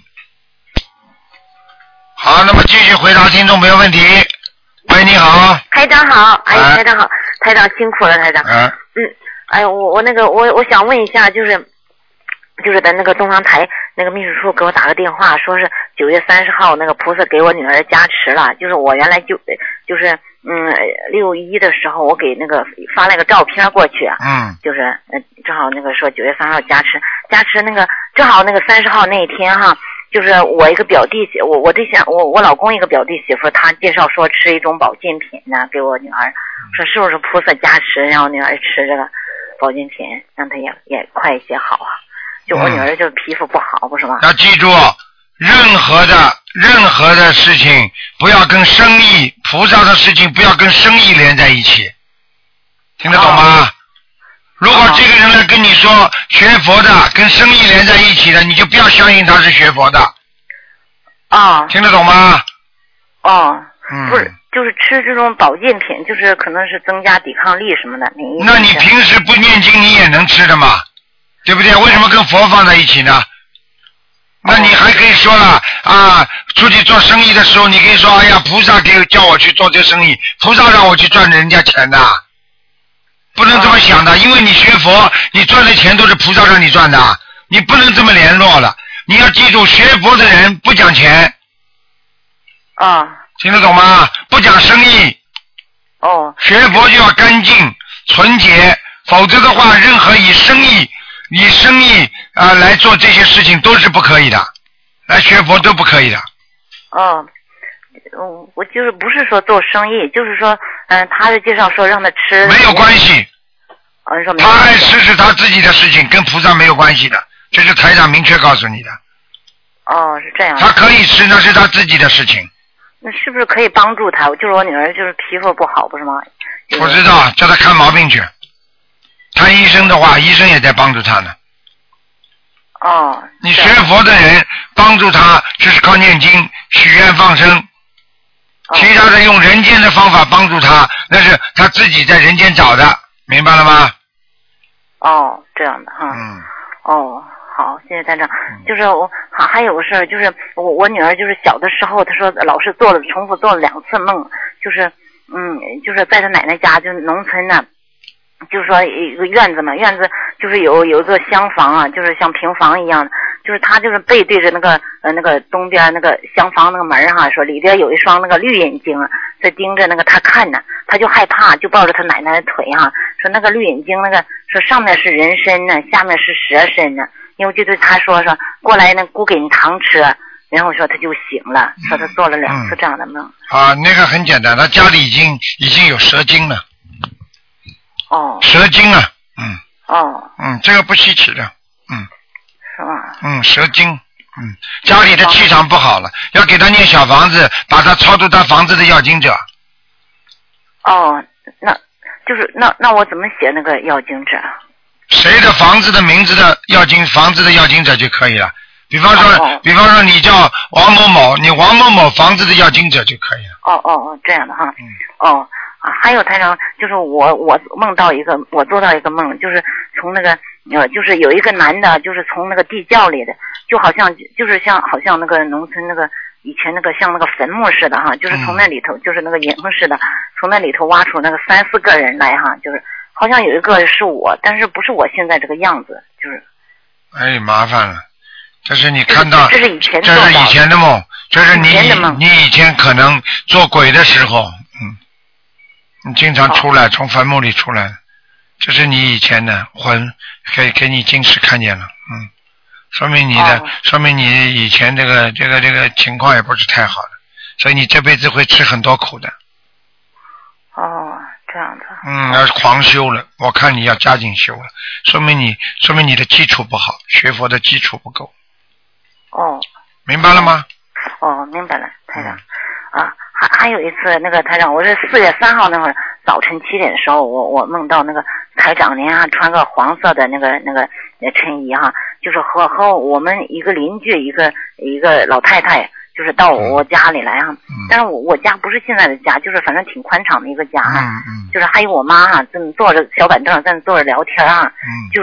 [SPEAKER 2] 好，那么继续回答听众朋友问题。喂，你好。
[SPEAKER 8] 台长好，哎，台长好，台长辛苦了，台长。
[SPEAKER 2] 嗯。
[SPEAKER 8] 嗯，哎呦，我我那个我我想问一下，就是就是在那个东方台那个秘书处给我打个电话，说是九月三十号那个菩萨给我女儿加持了，就是我原来就就是嗯六一的时候我给那个发了个照片过去，
[SPEAKER 2] 嗯，
[SPEAKER 8] 就是呃正好那个说九月三号加持加持那个正好那个三十号那一天哈。就是我一个表弟媳，我我对象我我老公一个表弟媳妇，他介绍说吃一种保健品呢，给我女儿，说是不是菩萨加持，让我女儿吃这个保健品，让她也也快一些好啊。就我女儿就皮肤不好，不是吗？
[SPEAKER 2] 要记住，任何的任何的事情不要跟生意，菩萨的事情不要跟生意连在一起，听得懂吗？哦，如果这个人来跟你说学佛的跟生意连在一起的，你就不要相信他是学佛的。
[SPEAKER 8] 啊、哦，
[SPEAKER 2] 听得懂吗？
[SPEAKER 8] 哦，
[SPEAKER 2] 嗯，
[SPEAKER 8] 不是，就是吃这种保健品，就是可能是增加抵抗力什么的。
[SPEAKER 2] 那你平时不念经你也能吃的嘛，对不对？为什么跟佛放在一起呢？那你还可以说了啊，出去做生意的时候，你可以说，哎呀，菩萨给叫我去做这生意，菩萨让我去赚人家钱的。不能这么想的，因为你学佛，你赚的钱都是菩萨让你赚的，你不能这么联络了。你要记住，学佛的人不讲钱。
[SPEAKER 8] 啊。
[SPEAKER 2] 听得懂吗？不讲生意。
[SPEAKER 8] 哦。
[SPEAKER 2] 学佛就要干净、纯洁，否则的话，任何以生意、以生意啊、呃、来做这些事情都是不可以的，来学佛都不可以的。
[SPEAKER 8] 哦。嗯，我就是不是说做生意，就是说，嗯、呃，他的介绍说让他吃，
[SPEAKER 2] 没有关系。
[SPEAKER 8] 嗯，说没
[SPEAKER 2] 他爱吃是他自己的事情，跟菩萨没有关系的，这是台长明确告诉你的。
[SPEAKER 8] 哦，是这样的。
[SPEAKER 2] 他可以吃，那是他自己的事情。
[SPEAKER 8] 那是不是可以帮助他？就是我女儿就是皮肤不好，不是吗？
[SPEAKER 2] 不知道，叫他看毛病去。看医生的话，医生也在帮助他呢。
[SPEAKER 8] 哦。
[SPEAKER 2] 你学佛的人帮助他，就是靠念经、许愿、放生。其他的用人间的方法帮助他，那是他自己在人间找的，明白了吗？
[SPEAKER 8] 哦，这样的哈。
[SPEAKER 2] 嗯。
[SPEAKER 8] 哦，好，谢谢台长。就是我还还有个事儿，就是我我女儿就是小的时候，她说老是做了重复做了两次梦，就是嗯，就是在她奶奶家，就是农村呢。就是说一个院子嘛，院子就是有有一个厢房啊，就是像平房一样的，就是他就是背对着那个呃那个东边那个厢房那个门哈、啊，说里边有一双那个绿眼睛啊，在盯着那个他看呢，他就害怕，就抱着他奶奶的腿哈、啊，说那个绿眼睛那个说上面是人身呢，下面是蛇身呢，因为就对他说说过来呢姑给你糖吃，然后说他就醒了，说他做了两次这样的梦。
[SPEAKER 2] 嗯、啊，那个很简单，他家里已经已经有蛇精了。
[SPEAKER 8] 哦，
[SPEAKER 2] 蛇精啊，嗯，
[SPEAKER 8] 哦，
[SPEAKER 2] 嗯，这个不稀奇的，嗯，
[SPEAKER 8] 是吧？
[SPEAKER 2] 嗯，蛇精，嗯，家里的气场不好了，要给他念小房子，把他超度他房子的要经者。
[SPEAKER 8] 哦，那就是那那我怎么写那个要经者？
[SPEAKER 2] 谁的房子的名字的要经房子的要经者就可以了。比方说，哦、比方说你叫王某某，你王某某房子的要经者就可以了。
[SPEAKER 8] 哦哦哦，这样的哈。
[SPEAKER 2] 嗯。
[SPEAKER 8] 哦。啊，还有台长，就是我我梦到一个，我做到一个梦，就是从那个呃，就是有一个男的，就是从那个地窖里的，就好像就是像好像那个农村那个以前那个像那个坟墓似的哈，就是从那里头、嗯、就是那个营似的，从那里头挖出那个三四个人来哈，就是好像有一个是我，但是不是我现在这个样子，就是。
[SPEAKER 2] 哎，麻烦了，这是你看到，
[SPEAKER 8] 这是以前
[SPEAKER 2] 这是以前的梦，这是你
[SPEAKER 8] 以前的梦
[SPEAKER 2] 你以前可能做鬼的时候，嗯。你经常出来、哦、从坟墓里出来，这是你以前的魂给给你今世看见了，嗯，说明你的、哦、说明你以前这个这个这个情况也不是太好的，所以你这辈子会吃很多苦的。
[SPEAKER 8] 哦，这样的。
[SPEAKER 2] 嗯，要狂修了，我看你要加紧修了，说明你说明你的基础不好，学佛的基础不够。
[SPEAKER 8] 哦。
[SPEAKER 2] 明白了吗？
[SPEAKER 8] 哦，明白了，台长。嗯、啊。还还有一次，那个台长，我是四月三号那会儿早晨七点的时候，我我梦到那个台长您啊穿个黄色的那个那个衬衣哈，就是和和我们一个邻居一个一个老太太，就是到我家里来哈、嗯，但是我我家不是现在的家，就是反正挺宽敞的一个家哈、
[SPEAKER 2] 嗯嗯，
[SPEAKER 8] 就是还有我妈哈、啊，正坐着小板凳在那坐着聊天啊，
[SPEAKER 2] 嗯，
[SPEAKER 8] 就是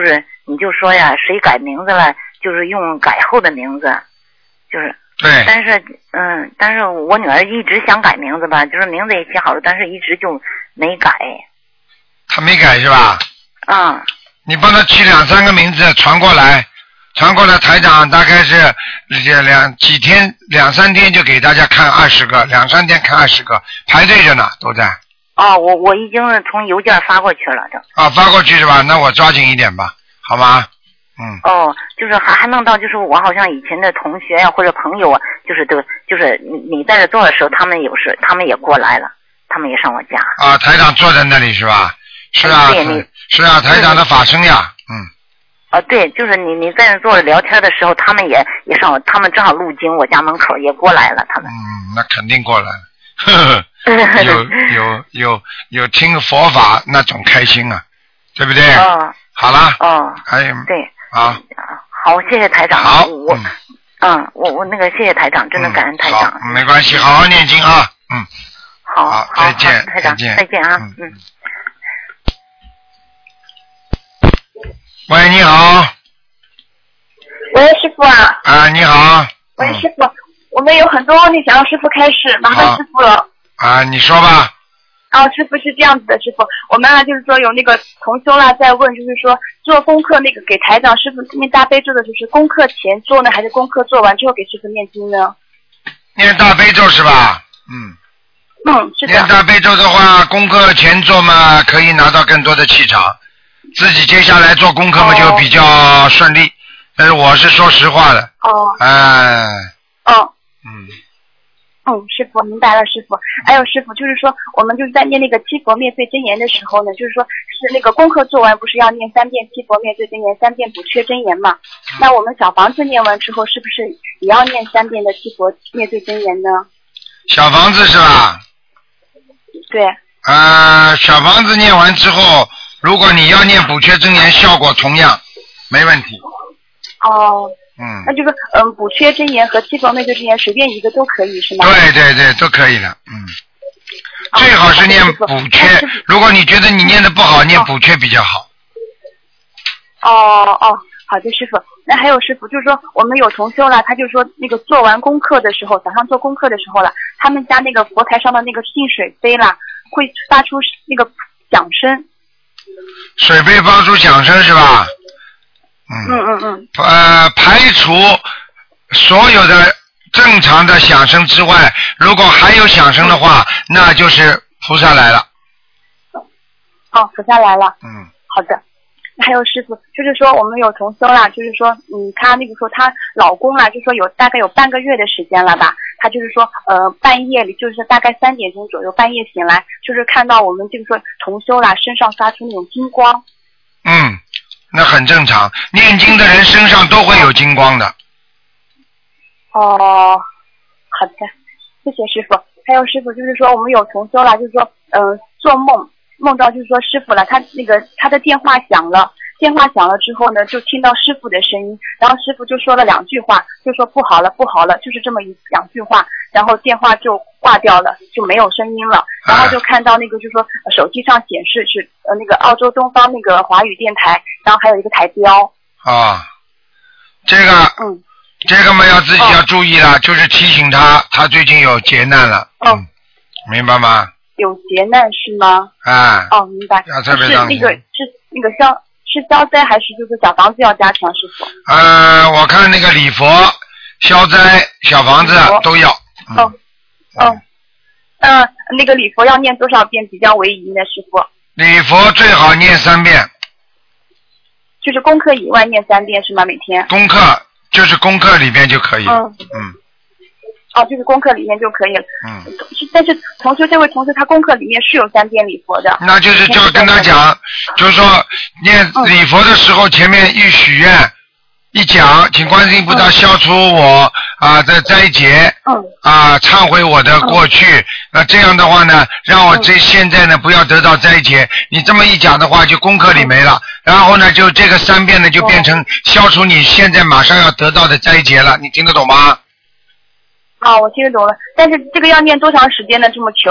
[SPEAKER 8] 你就说呀，谁改名字了，就是用改后的名字，就是。
[SPEAKER 2] 对。
[SPEAKER 8] 但是，嗯，但是我女儿一直想改名字吧，就是名字也起好了，但是一直就没改。
[SPEAKER 2] 她没改是吧？
[SPEAKER 8] 嗯。
[SPEAKER 2] 你帮她起两三个名字传过来，传过来，台长大概是两几天两三天就给大家看二十个，两三天看二十个，排队着呢，都在。
[SPEAKER 8] 哦，我我已经从邮件发过去了，这。
[SPEAKER 2] 啊，发过去是吧？那我抓紧一点吧，好吗？嗯。
[SPEAKER 8] 哦，就是还还弄到，就是我好像以前的同学呀、啊、或者朋友啊，就是都就是你你在这做的时候，他们有时他们也过来了，他们也上我家。
[SPEAKER 2] 啊，台长坐在那里是吧？是啊，是啊，台长的法身呀，嗯。
[SPEAKER 8] 啊，对，就是你你在那坐着聊天的时候，他们也也上我，他们正好路经我家门口也过来了，他们。
[SPEAKER 2] 嗯，那肯定过来了，呵呵，有有有有听佛法那种开心啊，对不对？
[SPEAKER 8] 哦。
[SPEAKER 2] 好了。
[SPEAKER 8] 哦。
[SPEAKER 2] 还有。
[SPEAKER 8] 对。
[SPEAKER 2] 啊。
[SPEAKER 8] 好，谢谢台长。
[SPEAKER 2] 好。
[SPEAKER 8] 我嗯，嗯我我那个谢谢台长，真的感恩台长。
[SPEAKER 2] 好，没关系，好好念经啊，嗯。
[SPEAKER 8] 好。好，
[SPEAKER 2] 再见，
[SPEAKER 8] 台长，
[SPEAKER 2] 再见，
[SPEAKER 8] 再见啊，嗯。
[SPEAKER 2] 喂，你好。
[SPEAKER 9] 喂，师傅啊。
[SPEAKER 2] 啊，你好。
[SPEAKER 9] 喂，师傅，我们有很多问题想让师傅开示，麻烦师傅了。
[SPEAKER 2] 啊，你说吧。
[SPEAKER 9] 哦，师傅是这样子的，师傅，我们啊就是说有那个同修啦在问，就是说做功课那个给台长师傅念大悲咒的，就是功课前做呢，还是功课做完之后给师傅念经呢？
[SPEAKER 2] 念大悲咒是吧？嗯。
[SPEAKER 9] 嗯，是的。
[SPEAKER 2] 念大悲咒的话，功课前做嘛，可以拿到更多的气场。自己接下来做功课嘛就比较顺利，但是我是说实话的。
[SPEAKER 9] 哦。
[SPEAKER 2] 哎。
[SPEAKER 9] 哦。
[SPEAKER 2] 嗯。
[SPEAKER 9] 嗯，师傅明白了，师傅。还有师傅，就是说我们就是在念那个七佛灭罪真言的时候呢，就是说是那个功课做完，不是要念三遍七佛灭罪真言，三遍补缺真言嘛？嗯、那我们小房子念完之后，是不是也要念三遍的七佛灭罪真言呢？
[SPEAKER 2] 小房子是吧？
[SPEAKER 9] 对。
[SPEAKER 2] 呃，小房子念完之后。如果你要念补缺真言，效果同样没问题。
[SPEAKER 9] 哦。
[SPEAKER 2] 嗯。
[SPEAKER 9] 那就是嗯，补缺真言和七佛灭罪真言随便一个都可以是吗？
[SPEAKER 2] 对对对，都可以的。嗯。哦、最好是念补缺，如果你觉得你念的不好，念补缺比较好。
[SPEAKER 9] 哦哦，好的师傅。那还有师傅，就是说我们有同修了，他就说那个做完功课的时候，早上做功课的时候了，他们家那个佛台上的那个净水杯啦，会发出那个响声。
[SPEAKER 2] 水杯发出响声是吧？嗯
[SPEAKER 9] 嗯嗯嗯。
[SPEAKER 2] 呃，排除所有的正常的响声之外，如果还有响声的话，那就是菩萨来了。
[SPEAKER 9] 哦，菩萨来了。
[SPEAKER 2] 嗯。
[SPEAKER 9] 好的。还有师傅，就是说我们有同修啦，就是说，嗯，她那个说她老公啦，就说有大概有半个月的时间了吧，她就是说，呃，半夜里就是大概三点钟左右，半夜醒来，就是看到我们就是说同修啦身上发出那种金光。
[SPEAKER 2] 嗯，那很正常，念经的人身上都会有金光的。
[SPEAKER 9] 哦，好的，谢谢师傅。还有师傅，就是说我们有同修啦，就是说，嗯、呃，做梦。梦到就是说师傅了，他那个他的电话响了，电话响了之后呢，就听到师傅的声音，然后师傅就说了两句话，就说不好了不好了，就是这么一两句话，然后电话就挂掉了，就没有声音了，然后就看到那个就是说手机上显示是呃那个澳洲东方那个华语电台，然后还有一个台标。
[SPEAKER 2] 啊，这个
[SPEAKER 9] 嗯，
[SPEAKER 2] 这个嘛要自己要注意了，哦、就是提醒他，他最近有劫难了。
[SPEAKER 9] 哦、
[SPEAKER 2] 嗯，明白吗？
[SPEAKER 9] 有劫难是吗？
[SPEAKER 2] 啊。
[SPEAKER 9] 哦，明白。
[SPEAKER 2] 要特别当心。
[SPEAKER 9] 是那个是那个消是消灾还是就是小房子要加强师傅？
[SPEAKER 2] 呃，我看那个礼佛、消灾、小房子都要。
[SPEAKER 9] 嗯、哦哦，嗯、呃，那个礼佛要念多少遍比较为宜呢，师傅？
[SPEAKER 2] 礼佛最好念三遍。
[SPEAKER 9] 就是功课以外念三遍是吗？每天？
[SPEAKER 2] 功课就是功课里边就可以。
[SPEAKER 9] 嗯
[SPEAKER 2] 嗯。
[SPEAKER 9] 哦，就是功课里面就可以了。
[SPEAKER 2] 嗯。
[SPEAKER 9] 但是同学这位同学他功课里面是有三遍礼佛的。
[SPEAKER 2] 那就是就跟他讲，就是说念礼佛的时候，前面一许愿，嗯、一讲，请观世音菩萨消除我啊的灾劫，
[SPEAKER 9] 嗯。
[SPEAKER 2] 啊，忏悔我的过去。嗯、那这样的话呢，让我这现在呢不要得到灾劫。你这么一讲的话，就功课里没了。然后呢，就这个三遍呢，就变成消除你现在马上要得到的灾劫了。你听得懂吗？
[SPEAKER 9] 啊，我听得懂了，但是这个要念多长时间呢？这么求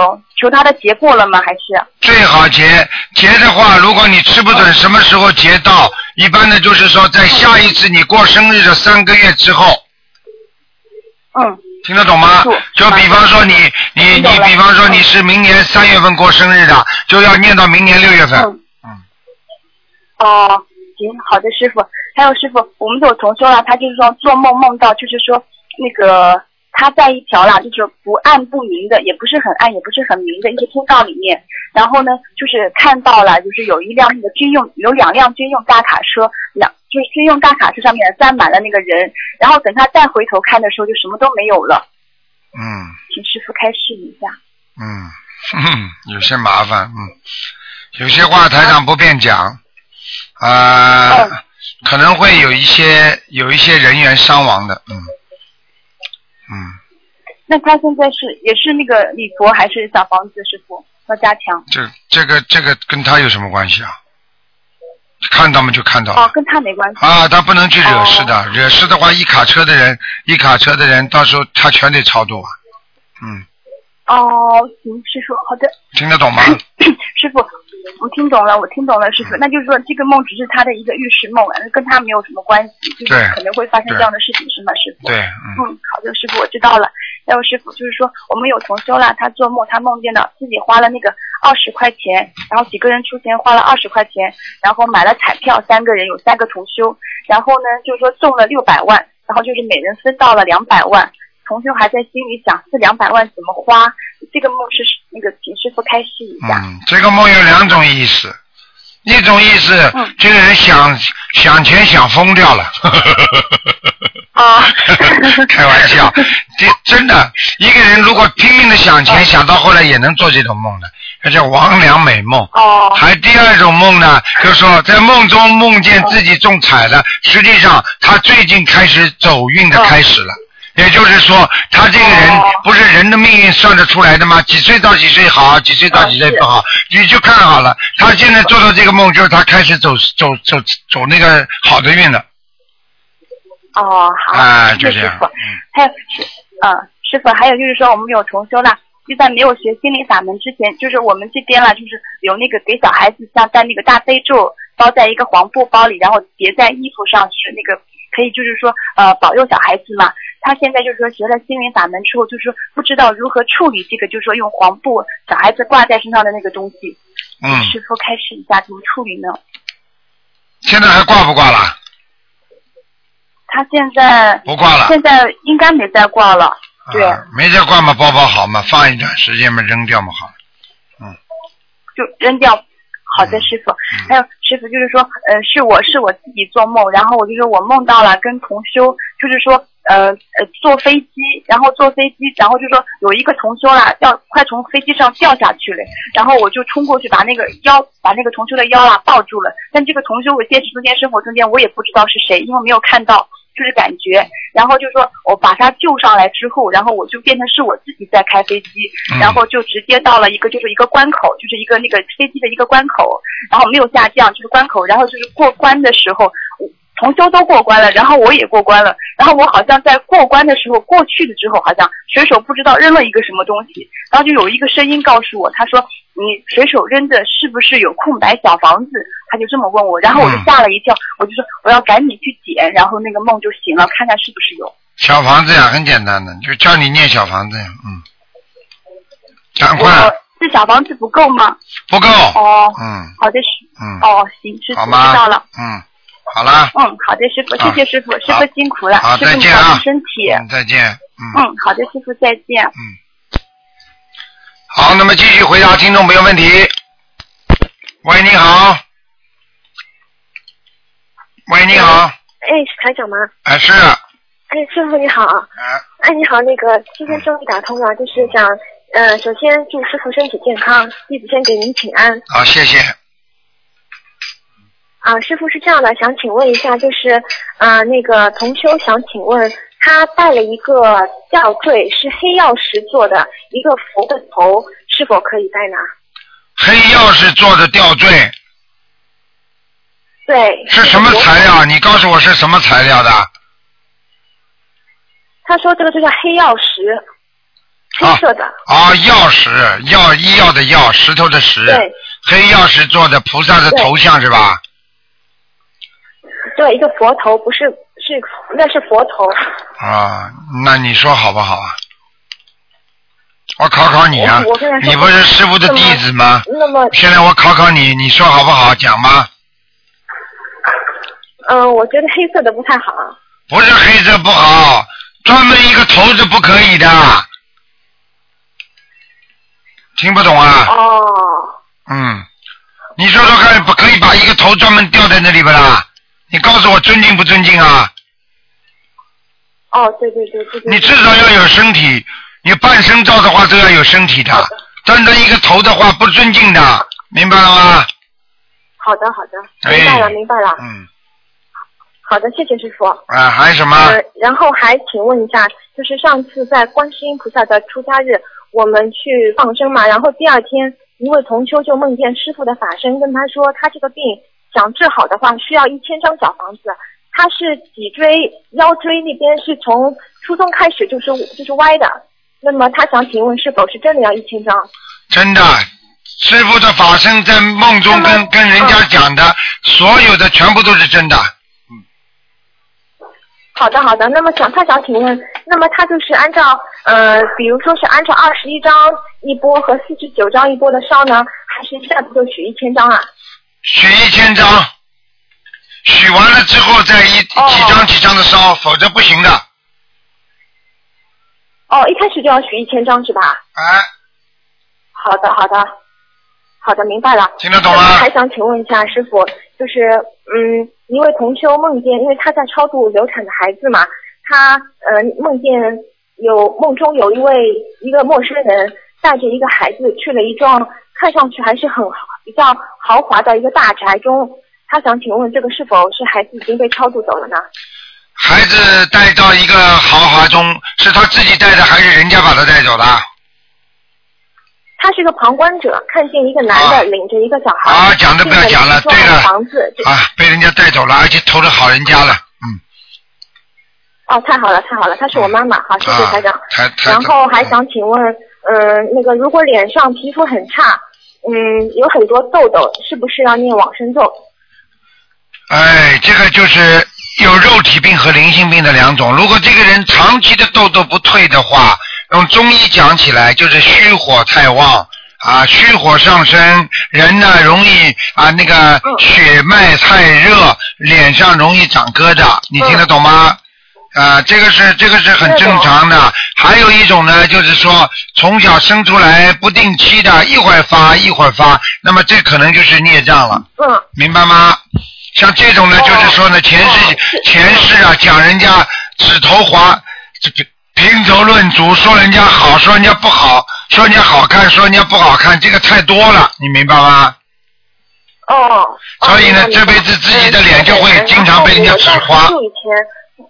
[SPEAKER 9] 求他的结过了吗？还是
[SPEAKER 2] 最好结结的话，如果你吃不准什么时候结到，一般的就是说在下一次你过生日的三个月之后。
[SPEAKER 9] 嗯。
[SPEAKER 2] 听得懂吗？就比方说你你你，比方说你是明年三月份过生日的，就要念到明年六月份。
[SPEAKER 9] 嗯。嗯哦，行，好的，师傅。还有师傅，我们都有同修了，他就是说做梦梦到，就是说那个他在一条啦，就是不暗不明的，也不是很暗，也不是很明的一个通道里面。然后呢，就是看到了，就是有一辆那个军用，有两辆军用大卡车，两就是军用大卡车上面站满了那个人。然后等他再回头看的时候，就什么都没有了。
[SPEAKER 2] 嗯。
[SPEAKER 9] 请师傅开示一下。
[SPEAKER 2] 嗯，哼，有些麻烦，嗯，有些话台长不便讲，啊、呃嗯，可能会有一些有一些人员伤亡的，嗯，嗯。
[SPEAKER 9] 那他现在是也是那个礼佛还是小房子，师傅要加强？
[SPEAKER 2] 这这个这个跟他有什么关系啊？看到嘛就看到了。
[SPEAKER 9] 哦，跟他没关系。
[SPEAKER 2] 啊，他不能去惹事的，
[SPEAKER 9] 哦、
[SPEAKER 2] 惹事的话，一卡车的人，一卡车的人，到时候他全得超度啊。嗯。
[SPEAKER 9] 哦，行，师傅，好的。
[SPEAKER 2] 听得懂吗？
[SPEAKER 9] 师傅，我听懂了，我听懂了，师傅。嗯、那就是说，这个梦只是他的一个预示梦，跟他没有什么关系，就是可能会发生这样的事情，是吗，师傅？
[SPEAKER 2] 对，嗯。
[SPEAKER 9] 嗯，好的，师傅，我知道了。还有师傅，就是说我们有同修了，他做梦，他梦见了自己花了那个二十块钱，然后几个人出钱花了二十块钱，然后买了彩票，三个人有三个同修，然后呢就是说中了六百万，然后就是每人分到了两百万，同修还在心里想这两百万怎么花，这个梦是那个请师傅开示一下。
[SPEAKER 2] 嗯，这个梦有两种意思，一种意思，嗯、这个人想想钱想疯掉了。
[SPEAKER 9] 啊，
[SPEAKER 2] 开玩笑，这真的，一个人如果拼命的想钱，想到后来也能做这种梦的，这叫魍魉美梦。
[SPEAKER 9] 哦。
[SPEAKER 2] 还第二种梦呢，就是说在梦中梦见自己中彩了，实际上他最近开始走运的开始了。哦、也就是说，他这个人不是人的命运算得出来的吗？几岁到几岁好，几岁到几岁不好，你就看好了。他现在做到这个梦，就是他开始走走走走那个好的运了。
[SPEAKER 9] 哦，好，
[SPEAKER 2] 啊，就这样。
[SPEAKER 9] 师傅，还有师，嗯，师傅，还有就是说，我们有重修啦，就在没有学心灵法门之前，就是我们这边啦，就是有那个给小孩子像带那个大悲咒包在一个黄布包里，然后叠在衣服上，是那个可以就是说呃保佑小孩子嘛。他现在就是说学了心灵法门之后，就是说不知道如何处理这个，就是说用黄布小孩子挂在身上的那个东西。
[SPEAKER 2] 嗯。
[SPEAKER 9] 师傅开示一下怎么处理呢？
[SPEAKER 2] 现在还挂不挂了？
[SPEAKER 9] 他现在
[SPEAKER 2] 不挂了，
[SPEAKER 9] 现在应该没再挂了。对，
[SPEAKER 2] 啊、没再挂嘛，包包好嘛，放一段时间嘛，扔掉嘛，好了。嗯，
[SPEAKER 9] 就扔掉。好的，师傅。嗯、还有师傅就是说，呃，是我是我自己做梦，然后我就说我梦到了跟同修，就是说呃呃坐飞机，然后坐飞机，然后就说有一个同修啦，要快从飞机上掉下去了，然后我就冲过去把那个腰把那个同修的腰啊抱住了，但这个同修我现实中间生活中间我也不知道是谁，因为没有看到。就是感觉，然后就说我把他救上来之后，然后我就变成是我自己在开飞机，
[SPEAKER 2] 嗯、
[SPEAKER 9] 然后就直接到了一个就是一个关口，就是一个那个飞机的一个关口，然后没有下降，就是关口，然后就是过关的时候，同修都过关了，然后我也过关了，然后我好像在过关的时候过去了之后，好像随手不知道扔了一个什么东西，然后就有一个声音告诉我，他说你随手扔的是不是有空白小房子？他就这么问我，然后我就吓了一跳，我就说我要赶紧去捡，然后那个梦就醒了，看看是不是有
[SPEAKER 2] 小房子呀，很简单的，就叫你念小房子呀，嗯，赶快。
[SPEAKER 9] 这小房子不够吗？
[SPEAKER 2] 不够。
[SPEAKER 9] 哦，
[SPEAKER 2] 嗯，
[SPEAKER 9] 好的师，
[SPEAKER 2] 嗯，
[SPEAKER 9] 哦，行，师傅知道了，
[SPEAKER 2] 嗯，好了，
[SPEAKER 9] 嗯，好的师傅，谢谢师傅，师傅辛苦了，
[SPEAKER 2] 好，
[SPEAKER 9] 师傅你
[SPEAKER 2] 保
[SPEAKER 9] 重身体，
[SPEAKER 2] 嗯，再见，
[SPEAKER 9] 嗯，嗯，好的师傅再见，
[SPEAKER 2] 嗯，好，那么继续回答听众朋友问题。喂，你好。喂，你好。
[SPEAKER 10] 哎，是台长吗？
[SPEAKER 2] 哎，是。
[SPEAKER 10] 哎，师傅你好。
[SPEAKER 2] 啊。
[SPEAKER 10] 哎，你好，那个今天终于打通了，就是想，呃，首先祝师傅身体健康，弟子先给您请安。
[SPEAKER 2] 好，谢谢。
[SPEAKER 10] 啊，师傅是这样的，想请问一下，就是啊、呃，那个同修想请问，他带了一个吊坠，是黑曜石做的，一个佛的头，是否可以带呢？
[SPEAKER 2] 黑曜石做的吊坠。
[SPEAKER 10] 对。
[SPEAKER 2] 是什么材料？你告诉我是什么材料的？
[SPEAKER 10] 他说这个就叫黑曜石。 黑色的。
[SPEAKER 2] 啊，药石，药医药的药，石头的石。
[SPEAKER 10] 对。
[SPEAKER 2] 黑曜石做的菩萨的头像是吧？
[SPEAKER 10] 对，一个佛头，不是是那是佛头。
[SPEAKER 2] 啊，那你说好不好啊？我考考你啊，
[SPEAKER 10] 我我
[SPEAKER 2] 你不是师父的弟子吗？
[SPEAKER 10] 那么
[SPEAKER 2] 现在我考考你，你说好不好？讲吧。
[SPEAKER 10] 嗯、呃，我觉得黑色的不太好。
[SPEAKER 2] 不是黑色不好，专门一个头是不可以的。听不懂啊？
[SPEAKER 10] 哦。
[SPEAKER 2] 嗯，你说说看，不可以把一个头专门吊在那里不啦？你告诉我尊敬不尊敬啊？
[SPEAKER 10] 哦，对对对对对。
[SPEAKER 2] 你至少要有身体，你半身照的话都要有身体的，单单一个头的话不尊敬的，明白了吗？
[SPEAKER 10] 好的好的，明白了、哎、明白了。
[SPEAKER 2] 嗯。
[SPEAKER 10] 好的，谢谢师傅。
[SPEAKER 2] 啊，还有什么？
[SPEAKER 10] 呃，然后还请问一下，就是上次在观世音菩萨的出家日，我们去放生嘛，然后第二天。一位同修就梦见师父的法身跟他说，他这个病想治好的话需要一千张小房子。他是脊椎、腰椎那边是从初中开始就是就是歪的。那么他想请问是否是真的要一千张？
[SPEAKER 2] 真的，师父的法身在梦中跟跟人家讲的、嗯，所有的全部都是真的。
[SPEAKER 10] 好的好的，那么想他想请问，那么他就是按照呃，比如说是按照二十一张一波和四十九张一波的烧呢，还是一下子就许一千张啊？
[SPEAKER 2] 许一千张，许完了之后再一、哦、几张几张的烧，否则不行的。
[SPEAKER 10] 哦，一开始就要许一千张是吧？
[SPEAKER 2] 哎。
[SPEAKER 10] 好的好的，好的明白了。
[SPEAKER 2] 听得懂吗？
[SPEAKER 10] 还想请问一下师傅，就是嗯。一位同修梦见，因为他在超度流产的孩子嘛，他呃梦见有梦中有一位一个陌生人带着一个孩子去了一幢看上去还是很比较豪华的一个大宅中，他想请问这个是否是孩子已经被超度走了呢？
[SPEAKER 2] 孩子带到一个豪华中，是他自己带的还是人家把他带走的？
[SPEAKER 10] 他是个旁观者，看见一个男的领着一个小孩。
[SPEAKER 2] 啊，讲都不要讲了，对了，
[SPEAKER 10] 房子
[SPEAKER 2] 啊，被人家带走了，而且投了好人家了，嗯。
[SPEAKER 10] 哦，太好了，太好了，她是我妈妈，好，谢谢台长。
[SPEAKER 2] 台台
[SPEAKER 10] 然后还想请问，嗯、呃，那个如果脸上皮肤很差，嗯，有很多痘痘，是不是要念往生咒？
[SPEAKER 2] 哎，这个就是有肉体病和灵性病的两种。如果这个人长期的痘痘不退的话，用中医讲起来就是虚火太旺啊，虚火上升，人呢容易啊那个血脉太热，脸上容易长疙瘩，你听得懂吗？啊，这个是这个是很正常的。还有一种呢，就是说从小生出来不定期的，一会儿发一会儿发，那么这可能就是孽障了。
[SPEAKER 10] 嗯，
[SPEAKER 2] 明白吗？像这种呢，就是说呢，前世前世啊，讲人家指头滑，这个。评头论足，说人家好，说人家不好，说人家好看，说人家不好看，这个太多了，你明白吗？
[SPEAKER 10] 哦。
[SPEAKER 2] 所以呢，这辈子自己的脸就会经常被人家指花。
[SPEAKER 10] 很久以前，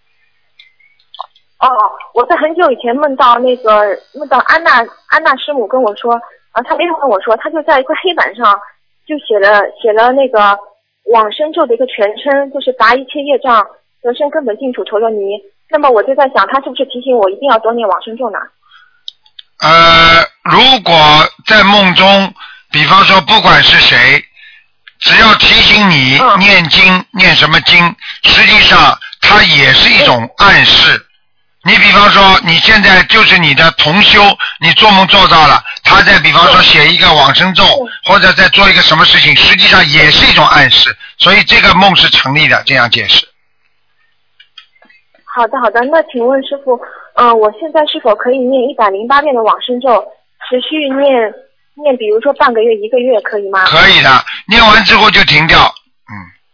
[SPEAKER 10] 哦，我在很久以前梦到那个梦到安娜安娜师母跟我说，啊，她没有跟我说，她就在一块黑板上就写了写了那个往生咒的一个全称，就是拔一切业障，得生根本净土陀罗尼。那么我就在想，他是不是提醒我一定要多念往生咒呢？
[SPEAKER 2] 呃，如果在梦中，比方说不管是谁，只要提醒你念经、嗯、念什么经，实际上它也是一种暗示。你比方说你现在就是你的同修，你做梦做到了，他在比方说写一个往生咒、嗯、或者在做一个什么事情，实际上也是一种暗示，所以这个梦是成立的，这样解释。
[SPEAKER 10] 好的好的，那请问师父，嗯、呃，我现在是否可以念一百零八遍的往生咒，持续念念，比如说半个月、一个月，可以吗？
[SPEAKER 2] 可以的，念完之后就停掉。嗯。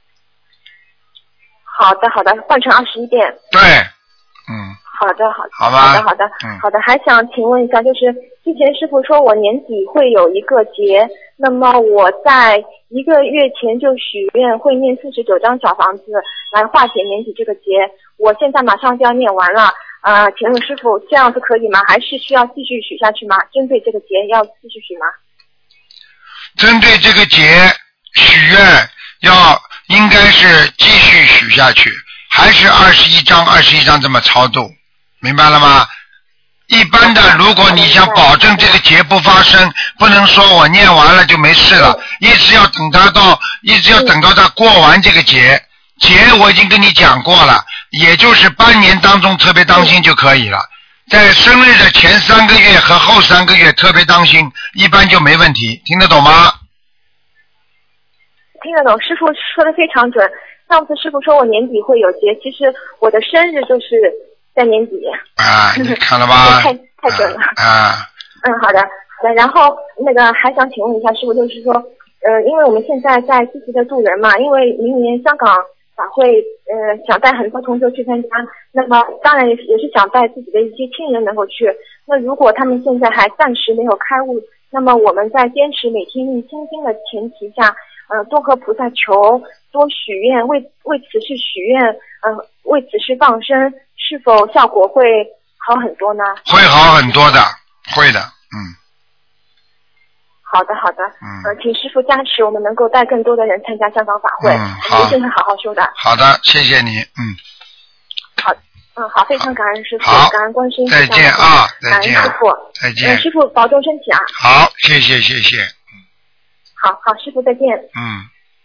[SPEAKER 10] 好的好的，换成二十一遍。
[SPEAKER 2] 对，嗯。
[SPEAKER 10] 好的好的，
[SPEAKER 2] 好吧，
[SPEAKER 10] 好的好的，嗯，好的，还想请问一下，就是之前师父说我年底会有一个节，那么我在一个月前就许愿会念四十九张小房子来化解年底这个节，我现在马上就要念完了，呃，请问师父这样子可以吗？还是需要继续许下去吗？针对这个节要继续许吗？
[SPEAKER 2] 针对这个节许愿要应该是继续许下去，还是二十一张二十一张这么超度？明白了吗？一般的，如如果你想保证这个劫不发生，不能说我念完了就没事了，一直要等他到，一直要等到他过完这个劫。劫我已经跟你讲过了，也就是半年当中特别当心就可以了。在生日的前三个月和后三个月特别当心，一般就没问题。听得懂吗？
[SPEAKER 10] 听得懂，师傅说的非常准。上次师傅说我年底会有劫，其实我的生日就是在年底。
[SPEAKER 2] 啊，你看了吧？
[SPEAKER 10] 太太准了。
[SPEAKER 2] 啊。
[SPEAKER 10] 嗯，好的。然后那个还想请问一下师傅，就是说，呃，因为我们现在在积极的助人嘛，因为明年香港法会，呃，想带很多同学去参加，那么当然也是也是想带自己的一些亲人能够去。那如果他们现在还暂时没有开悟，那么我们在坚持每天念心经的前提下，呃，多和菩萨求，多许愿，为为此事许愿，嗯、呃，为此事放生，是否效果会好很多呢？
[SPEAKER 2] 会好很多的，会的，嗯。
[SPEAKER 10] 好的，好的，嗯，呃，请师父加持，我们能够带更多的人参加香港法会，
[SPEAKER 2] 嗯，好，
[SPEAKER 10] 一定会好好修的。
[SPEAKER 2] 好的，谢谢你，嗯。
[SPEAKER 10] 好，嗯，好，非常感恩师父，感恩观世音菩
[SPEAKER 2] 萨，再见啊，再见，
[SPEAKER 10] 感恩师父，
[SPEAKER 2] 再见，
[SPEAKER 10] 嗯，师父保重身体啊。
[SPEAKER 2] 好，谢谢，谢谢，
[SPEAKER 10] 好好，师父再见。
[SPEAKER 2] 嗯。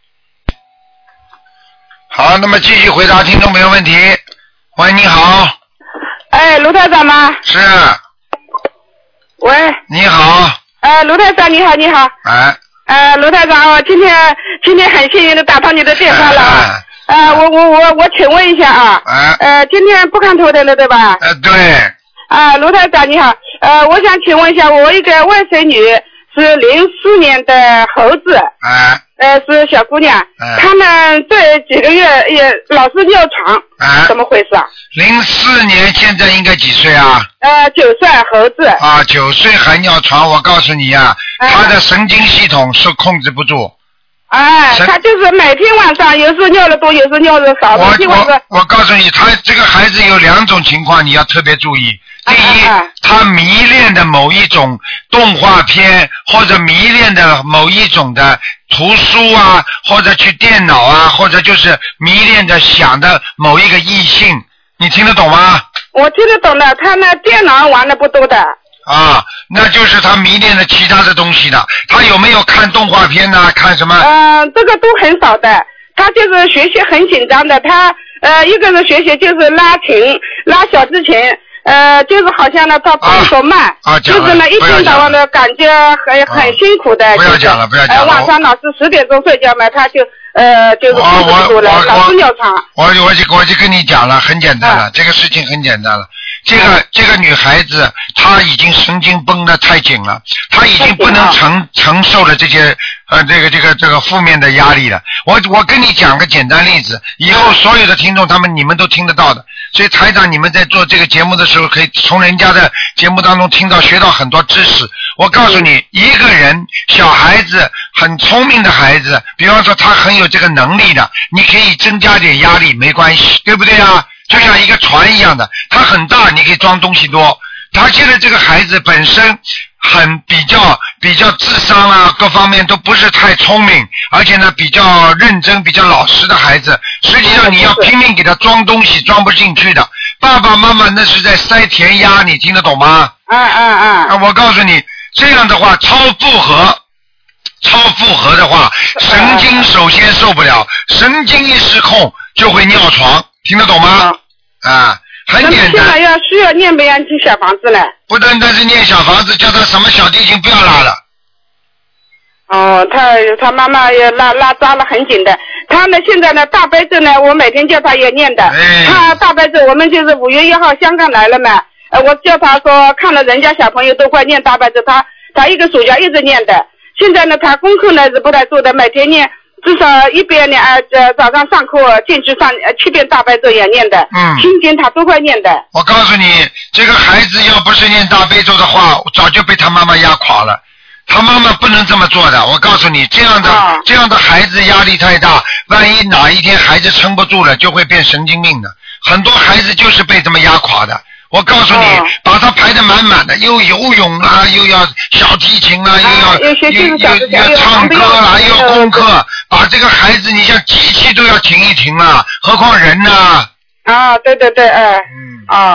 [SPEAKER 2] 好，那么继续回答听众朋友问题。喂，你好。
[SPEAKER 11] 哎，卢台长吗？
[SPEAKER 2] 是。
[SPEAKER 11] 喂。
[SPEAKER 2] 你好。
[SPEAKER 11] 呃，卢台长你好，你好。
[SPEAKER 2] 哎。
[SPEAKER 11] 呃，卢台长，我今天今天很幸运的打到你的电话了。哎。呃，我我我我请问一下啊。
[SPEAKER 2] 哎。
[SPEAKER 11] 呃，今天不看图腾的对吧？
[SPEAKER 2] 呃，对。
[SPEAKER 11] 啊，卢台长你好，呃，我想请问一下，我一个外甥女是零四年的猴子。
[SPEAKER 2] 哎。
[SPEAKER 11] 呃，是小姑娘，
[SPEAKER 2] 哎、
[SPEAKER 11] 他们这几个月也老是尿床，
[SPEAKER 2] 哎、
[SPEAKER 11] 怎么回事啊？
[SPEAKER 2] 零四年现在应该几岁啊？
[SPEAKER 11] 呃，九岁猴子。
[SPEAKER 2] 啊，九岁还尿床，我告诉你呀、啊，他、哎、的神经系统是控制不住。
[SPEAKER 11] 哎，他就是每天晚上有时候尿的多，有时候尿的少。
[SPEAKER 2] 我
[SPEAKER 11] 我
[SPEAKER 2] 我告诉你，他这个孩子有两种情况，你要特别注意。第一，
[SPEAKER 11] 啊、
[SPEAKER 2] 他迷恋的某一种动画片，或者迷恋的某一种的图书啊，或者去电脑啊，或者就是迷恋的想的某一个异性，你听得懂吗？
[SPEAKER 11] 我听得懂的，他那电脑玩的不多的。
[SPEAKER 2] 啊，那就是他迷恋的其他的东西的。他有没有看动画片呢、啊？看什么？
[SPEAKER 11] 嗯、呃，这个都很少的。他就是学习很紧张的，他呃，一个是学习就是拉琴，拉小提琴。呃，就是好像呢，他动作慢，
[SPEAKER 2] 啊啊、
[SPEAKER 11] 就是呢，一天到晚的感觉很、啊、很辛苦的。
[SPEAKER 2] 不要讲了，不要讲了。
[SPEAKER 11] 呃，晚上老是十点钟睡觉嘛，他就呃就是控制不住了，老是尿床。
[SPEAKER 2] 我我就我就跟你讲了，很简单了，啊、这个事情很简单了。这个、啊、这个女孩子她已经神经绷得太紧了，她已经不能承承受了这些呃这个这个这个负面的压力了。我我跟你讲个简单例子，以后所有的听众他们你们都听得到的。所以台长，你们在做这个节目的时候，可以从人家的节目当中听到、学到很多知识。我告诉你，一个人小孩子很聪明的孩子，比方说他很有这个能力的，你可以增加点压力，没关系，对不对啊？就像一个船一样的，它很大，你可以装东西多。他现在这个孩子本身很比较比较智商啊，各方面都不是太聪明，而且呢比较认真、比较老实的孩子。实际上你要拼命给他装东西，装不进去的。爸爸妈妈那是在塞填鸭，你听得懂吗？
[SPEAKER 11] 嗯嗯嗯。
[SPEAKER 2] 啊，我告诉你，这样的话超负荷，超负荷的话，神经首先受不了，神经一失控就会尿床，听得懂吗？啊。很简单。
[SPEAKER 11] 现在要需要念不念进小房子了？
[SPEAKER 2] 不单单是念小房子，叫他什么小提琴不要拉了。
[SPEAKER 11] 哦，他他妈妈也拉拉扎了很紧的。他呢现在呢大悲咒呢，我每天叫他也念的。
[SPEAKER 2] 哎、
[SPEAKER 11] 他大悲咒，我们就是五月一号香港来了嘛，呃，我叫他说看了人家小朋友都会念大悲咒，他他一个暑假一直念的。现在呢他功课呢是不太做的，每天念。至少一边呢，呃，早上上课进去上呃七遍大悲咒也念的，
[SPEAKER 2] 嗯，
[SPEAKER 11] 心经他都会念的。
[SPEAKER 2] 我告诉你，这个孩子要不是念大悲咒的话，早就被他妈妈压垮了。他妈妈不能这么做的。我告诉你，这样的、哦、这样的孩子压力太大，万一哪一天孩子撑不住了，就会变神经病的。很多孩子就是被这么压垮的。我告诉你，哦、把他排得满满的，又游泳啦，又要小提琴啦，又要、啊、又又要唱歌啦，又要功课，把这个孩子，你像机器都要停一停了，何况人呢？
[SPEAKER 11] 啊，对对对，哎、呃，嗯，啊，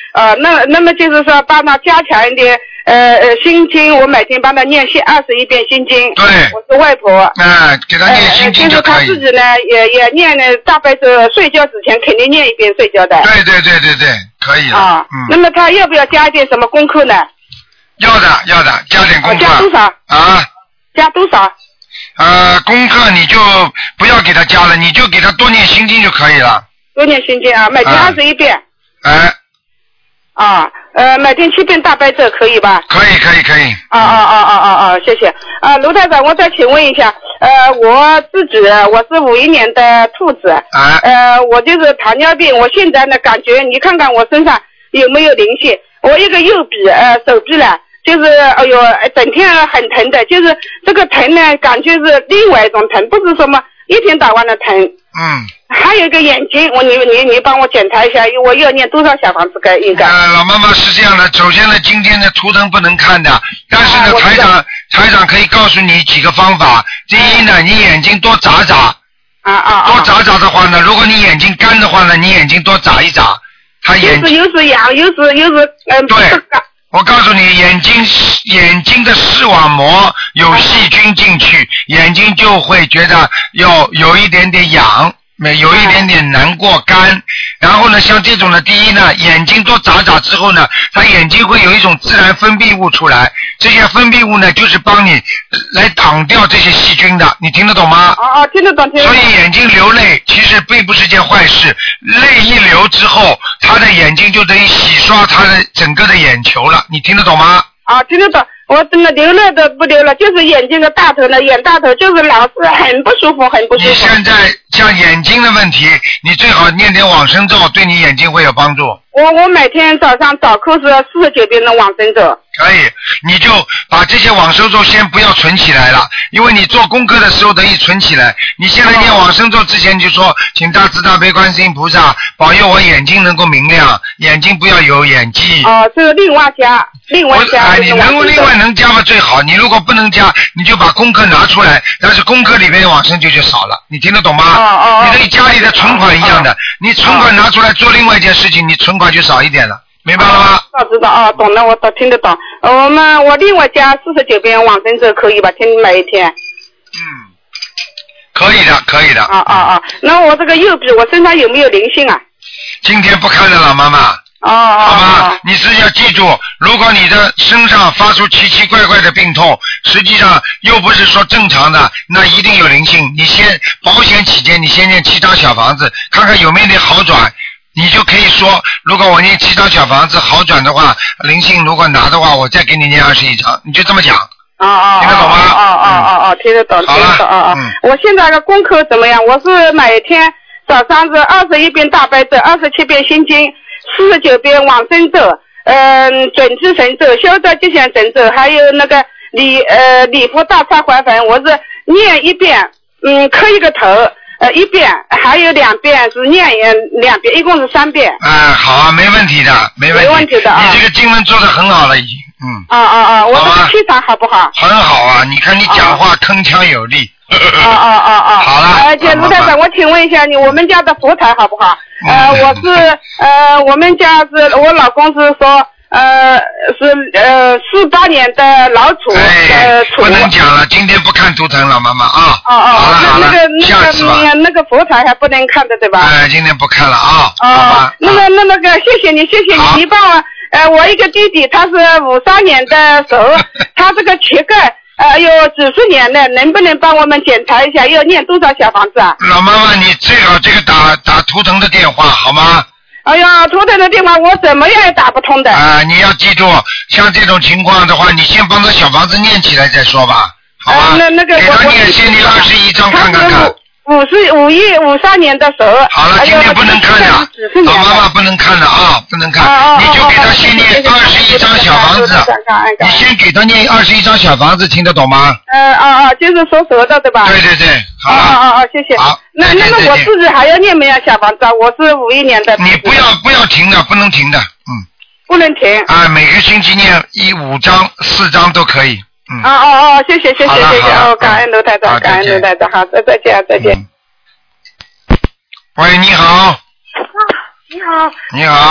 [SPEAKER 11] 呃，那那么就是说帮他加强一点呃呃心经，我每天帮他念心二十一遍心经。
[SPEAKER 2] 对，
[SPEAKER 11] 我是外婆。
[SPEAKER 2] 啊，给他念心经就可以。
[SPEAKER 11] 呃、就是他自己呢，也也念呢，大悲咒，睡觉之前肯定念一遍睡觉的。
[SPEAKER 2] 对对对对对，可以了。
[SPEAKER 11] 啊，嗯。那么他要不要加一点什么功课呢？
[SPEAKER 2] 要的要的，加点功课。
[SPEAKER 11] 哦、加多少？
[SPEAKER 2] 啊？
[SPEAKER 11] 加多少？
[SPEAKER 2] 呃，功课你就不要给他加了，你就给他多念心经就可以了。
[SPEAKER 11] 多念心经啊，每天二十一遍。
[SPEAKER 2] 哎。
[SPEAKER 11] 啊，呃，每天七遍大悲咒可以吧？
[SPEAKER 2] 可以可以可以。
[SPEAKER 11] 啊啊啊啊啊啊！谢谢。啊，卢台长，我再请问一下，呃，我自己我是五一年的兔子。
[SPEAKER 2] 啊。
[SPEAKER 11] 呃，我就是糖尿病，我现在呢感觉，你看看我身上有没有灵性？我一个右臂呃手臂呢，就是哎呦，整天很疼的，就是这个疼呢，感觉是另外一种疼，不是什么一天到晚的疼。
[SPEAKER 2] 嗯。
[SPEAKER 11] 还有一个眼睛，我你你你帮我检查一下，我要念多少小房子该应该？
[SPEAKER 2] 呃，老妈妈是这样的，首先呢，今天的图腾不能看的，但是呢，
[SPEAKER 11] 啊、
[SPEAKER 2] 台长台长可以告诉你几个方法。第一呢，你眼睛多眨眨。
[SPEAKER 11] 啊啊
[SPEAKER 2] 多眨眨的话呢，如果你眼睛干的话呢，你眼睛多眨一眨，它眼睛。
[SPEAKER 11] 有时有时痒，有时有时嗯。
[SPEAKER 2] 对。我告诉你，眼睛眼睛的视网膜有细菌进去，眼睛就会觉得有有一点点痒。有一点点难过干，然后呢，像这种呢，第一呢，眼睛多眨眨之后呢，它眼睛会有一种自然分泌物出来，这些分泌物呢，就是帮你来挡掉这些细菌的，你听得懂吗？
[SPEAKER 11] 哦哦，听得懂，听得懂。
[SPEAKER 2] 所以眼睛流泪其实并不是件坏事，泪一流之后，他的眼睛就等于洗刷他的整个的眼球了，你听得懂吗？
[SPEAKER 11] 啊，听得懂。我真的流了的不流了，就是眼睛的大头呢，眼大头就是老是很不舒服，很不舒服。
[SPEAKER 2] 你现在像眼睛的问题，你最好念点往生咒，对你眼睛会有帮助。
[SPEAKER 11] 我我每天早上早课是四十九遍的往生咒。
[SPEAKER 2] 可以，你就把这些往生咒先不要存起来了，因为你做功课的时候等于存起来。你现在念往生咒之前就说，请大慈大悲观世音菩萨保佑我眼睛能够明亮，眼睛不要有眼疾。
[SPEAKER 11] 哦、呃，这个另外加，另外加。
[SPEAKER 2] 哎，你能另外能加嘛最好，你如果不能加，你就把功课拿出来，但是功课里面的往生咒就少了，你听得懂吗？
[SPEAKER 11] 哦哦。
[SPEAKER 2] 你跟家里的存款一样的，你存款拿出来做另外一件事情，你存款就少一点了。明白了吗？
[SPEAKER 11] 我知道啊，懂了，我都听得懂。我们我另外加四十九遍往生咒可以吧？听每一天。
[SPEAKER 2] 嗯，可以的，可以的。
[SPEAKER 11] 啊啊啊！那我这个右臂，我身上有没有灵性啊？
[SPEAKER 2] 今天不看了，老妈妈。
[SPEAKER 11] 哦哦。
[SPEAKER 2] 好吗？你是要记住，如果你的身上发出奇奇怪怪的病痛，实际上又不是说正常的，那一定有灵性。你先保险起见，你先念七张小房子，看看有没有点好转。你就可以说，如果我念七张小房子好转的话，灵性如果拿的话，我再给你念二十一张，你就这么讲。
[SPEAKER 11] 哦哦。
[SPEAKER 2] 听得懂吗？
[SPEAKER 11] 哦哦哦哦，听得懂，听得懂。哦哦。我现在的功课怎么样？我是每天早上是二十一遍大悲咒，二十七遍心经，四十九遍往生咒，嗯，准提神咒、消灾吉祥神咒，还有那个礼呃礼佛大忏悔文，我是念一遍，嗯，磕一个头。呃，一遍，还有两遍是念两遍，一共是三遍。
[SPEAKER 2] 哎、呃，好啊，没问题的，没问题。
[SPEAKER 11] 没问题的啊。
[SPEAKER 2] 你这个经文做得很好了，已经，嗯。
[SPEAKER 11] 啊啊啊！我这个气场好不好？
[SPEAKER 2] 很好啊，你看你讲话铿锵有力。
[SPEAKER 11] 啊啊啊啊！
[SPEAKER 2] 好了。
[SPEAKER 11] 而且卢台长，我请问一下你，我们家的佛台好不好？
[SPEAKER 2] 嗯、
[SPEAKER 11] 呃，我是呃，我们家是我老公是说。呃，是呃四八年的老鼠，呃，
[SPEAKER 2] 不能讲了，今天不看图腾了，妈妈啊。
[SPEAKER 11] 哦哦，
[SPEAKER 2] 好了好了，
[SPEAKER 11] 那个那个那个佛台还不能看的对吧？
[SPEAKER 2] 哎，今天不看了啊。
[SPEAKER 11] 哦，那么那那个谢谢你，谢谢你，你帮我呃，我一个弟弟他是五三年的时候，他这个膝盖呃有几十年了，能不能帮我们检查一下，要念多少小房子啊？
[SPEAKER 2] 老妈妈，你最好这个打打图腾的电话好吗？
[SPEAKER 11] 哎呀，图腾的电话我怎么样也打不通的。
[SPEAKER 2] 啊、呃，你要记住，像这种情况的话，你先帮他小房子念起来再说吧，好吧？
[SPEAKER 11] 呃、那那个
[SPEAKER 2] 给他念先念二十一张看看看。
[SPEAKER 11] 五十五一五三年的时候。
[SPEAKER 2] 好了，今天不能看的，老妈妈不能看的啊，不能看，啊、你就给他先念二十一张小房子，你先给他念二十一张小房子，听得懂吗？
[SPEAKER 11] 呃啊啊，就是说舌的对吧？
[SPEAKER 2] 对对对，好。
[SPEAKER 11] 啊啊啊，谢谢。
[SPEAKER 2] 好。
[SPEAKER 11] 那那么我自己还要念没有小房子啊？我是五一年的。
[SPEAKER 2] 你不要不要停的，不能停的，嗯。
[SPEAKER 11] 不能停。
[SPEAKER 2] 啊，每个星期念一五张、四张都可以。嗯。
[SPEAKER 11] 哦哦哦，谢谢谢谢谢谢哦，感恩卢台长，感恩卢台长，好，再再见再见。
[SPEAKER 2] 嗯、喂，你好。
[SPEAKER 12] 啊，你好。
[SPEAKER 2] 你好。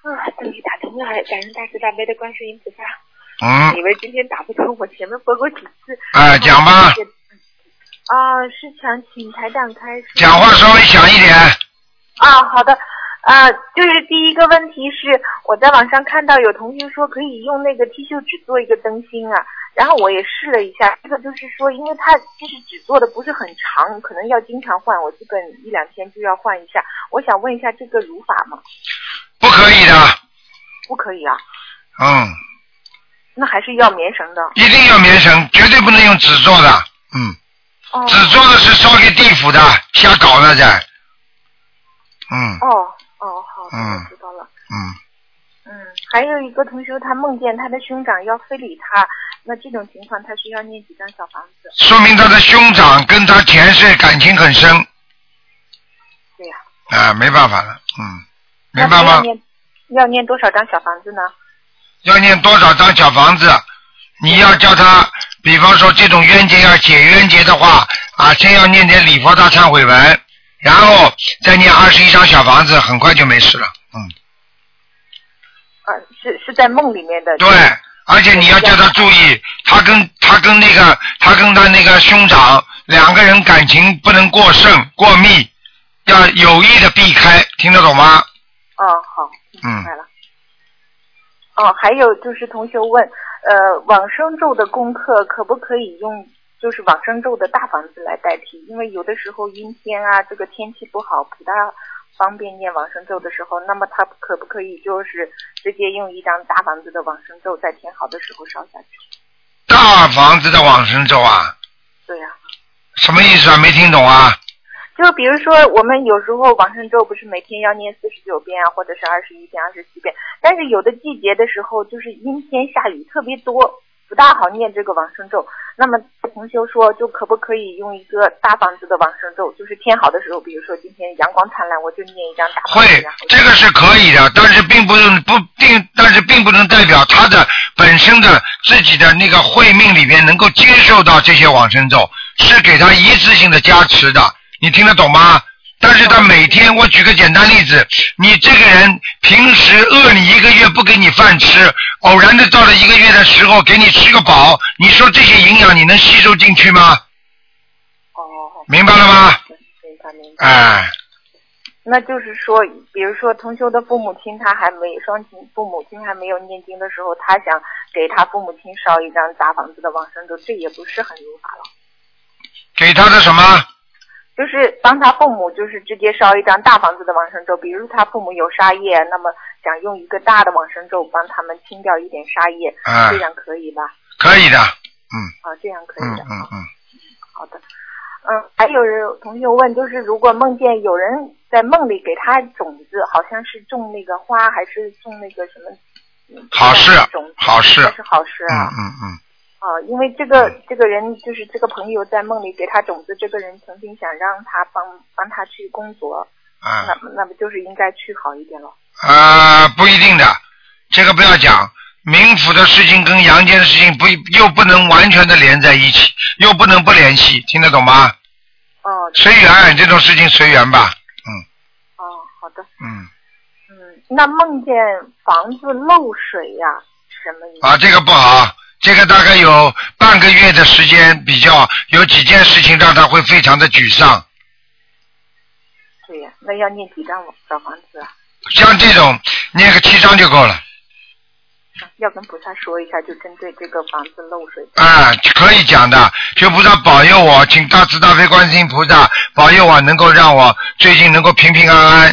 [SPEAKER 12] 啊，终于打通了，感恩大慈大悲的观世音菩萨。
[SPEAKER 2] 嗯。
[SPEAKER 12] 以为今天打不通，我前面播过几次。
[SPEAKER 2] 哎，讲吧。
[SPEAKER 12] 啊，是想请台长开始。
[SPEAKER 2] 讲话稍微响一点。
[SPEAKER 12] 啊，好的。啊，就是第一个问题是，我在网上看到有同学说可以用那个 T 恤纸做一个灯芯啊，然后我也试了一下，这个就是说，因为它其实纸做的不是很长，可能要经常换，我基本一两天就要换一下。我想问一下，这个如法吗？
[SPEAKER 2] 不可以的。
[SPEAKER 12] 不可以啊。
[SPEAKER 2] 嗯。
[SPEAKER 12] 那还是要棉绳的。
[SPEAKER 2] 一定要棉绳，绝对不能用纸做的。嗯。
[SPEAKER 12] 哦。
[SPEAKER 2] 纸做的是烧给地府的，瞎搞那在。嗯。
[SPEAKER 12] 哦。哦，好的，
[SPEAKER 2] 嗯，
[SPEAKER 12] 我知道了。
[SPEAKER 2] 嗯
[SPEAKER 12] 嗯，还有一个同学他梦见他的兄长要非礼他，那这种情况他需要念几张小房子？
[SPEAKER 2] 说明他的兄长跟他前世感情很深。
[SPEAKER 12] 对呀。
[SPEAKER 2] 啊，没办法了，嗯，明白吗？
[SPEAKER 12] 要念要念多少张小房子呢？
[SPEAKER 2] 要念多少张小房子？你要叫他，比方说这种冤结要解冤结的话，啊，先要念点礼佛大忏悔文。然后再念二十一张小房子，很快就没事了。嗯。
[SPEAKER 12] 啊，是是在梦里面的。
[SPEAKER 2] 对，而且你要叫他注意，他跟他跟那个他跟他那个兄长两个人感情不能过甚过密，要有意的避开，听得懂吗？
[SPEAKER 12] 哦，好，明白了。嗯、哦，还有就是同学问，呃，往生咒的功课可不可以用？就是往生咒的大房子来代替，因为有的时候阴天啊，这个天气不好，不大方便念往生咒的时候，那么他可不可以就是直接用一张大房子的往生咒，在天好的时候烧下去？
[SPEAKER 2] 大房子的往生咒啊？
[SPEAKER 12] 对呀、啊。
[SPEAKER 2] 什么意思啊？没听懂啊？
[SPEAKER 12] 就比如说我们有时候往生咒不是每天要念四十九遍啊，或者是二十一遍、二十七遍，但是有的季节的时候就是阴天下雨特别多。不大好念这个往生咒，那么同修说，就可不可以用一个大房子的往生咒？就是天好的时候，比如说今天阳光灿烂，我就念一张大房子。
[SPEAKER 2] 会，这个是可以的，但是并不不并，但是并不能代表他的本身的自己的那个慧命里边能够接受到这些往生咒，是给他一次性的加持的，你听得懂吗？但是他每天，我举个简单例子，你这个人平时饿你一个月不给你饭吃，偶然的到了一个月的时候给你吃个饱，你说这些营养你能吸收进去吗？
[SPEAKER 12] 哦，
[SPEAKER 2] 明白了吗？
[SPEAKER 12] 明白明白。
[SPEAKER 2] 哎。
[SPEAKER 12] 那就是说，比如说同修的父母亲他还没双亲父母亲还没有念经的时候，他想给他父母亲烧一张大房子的往生咒，这也不是很如法了。
[SPEAKER 2] 给他的什么？
[SPEAKER 12] 就是帮他父母，就是直接烧一张大房子的往生咒。比如他父母有杀业，那么想用一个大的往生咒帮他们清掉一点杀业，
[SPEAKER 2] 啊、
[SPEAKER 12] 这样可以吧？
[SPEAKER 2] 可以的，嗯。
[SPEAKER 12] 啊，这样可以的。
[SPEAKER 2] 嗯嗯嗯。
[SPEAKER 12] 好的。嗯，还有人同学问，就是如果梦见有人在梦里给他种子，好像是种那个花，还是种那个什么？
[SPEAKER 2] 好事，好事。
[SPEAKER 12] 这是好事啊。
[SPEAKER 2] 嗯嗯嗯。
[SPEAKER 12] 啊，因为这个这个人就是这个朋友在梦里给他种子，这个人曾经想让他帮帮他去工作，
[SPEAKER 2] 啊、
[SPEAKER 12] 那么那么就是应该去好一点了。
[SPEAKER 2] 啊、呃，不一定的，这个不要讲。冥府的事情跟阳间的事情不又不能完全的连在一起，又不能不联系，听得懂吗？
[SPEAKER 12] 哦。
[SPEAKER 2] 随缘，这种事情随缘吧。嗯。
[SPEAKER 12] 哦，好的。
[SPEAKER 2] 嗯。
[SPEAKER 12] 嗯，那梦见房子漏水呀、啊，什么意思？
[SPEAKER 2] 啊，这个不好。这个大概有半个月的时间，比较有几件事情让他会非常的沮丧。
[SPEAKER 12] 对呀，那要念几张小房子啊？
[SPEAKER 2] 像这种念个七张就够了。
[SPEAKER 12] 要跟菩萨说一下，就针对这个房子漏水。
[SPEAKER 2] 啊，可以讲的，求菩萨保佑我，请大慈大悲观世音菩萨保佑我，能够让我最近能够平平安安。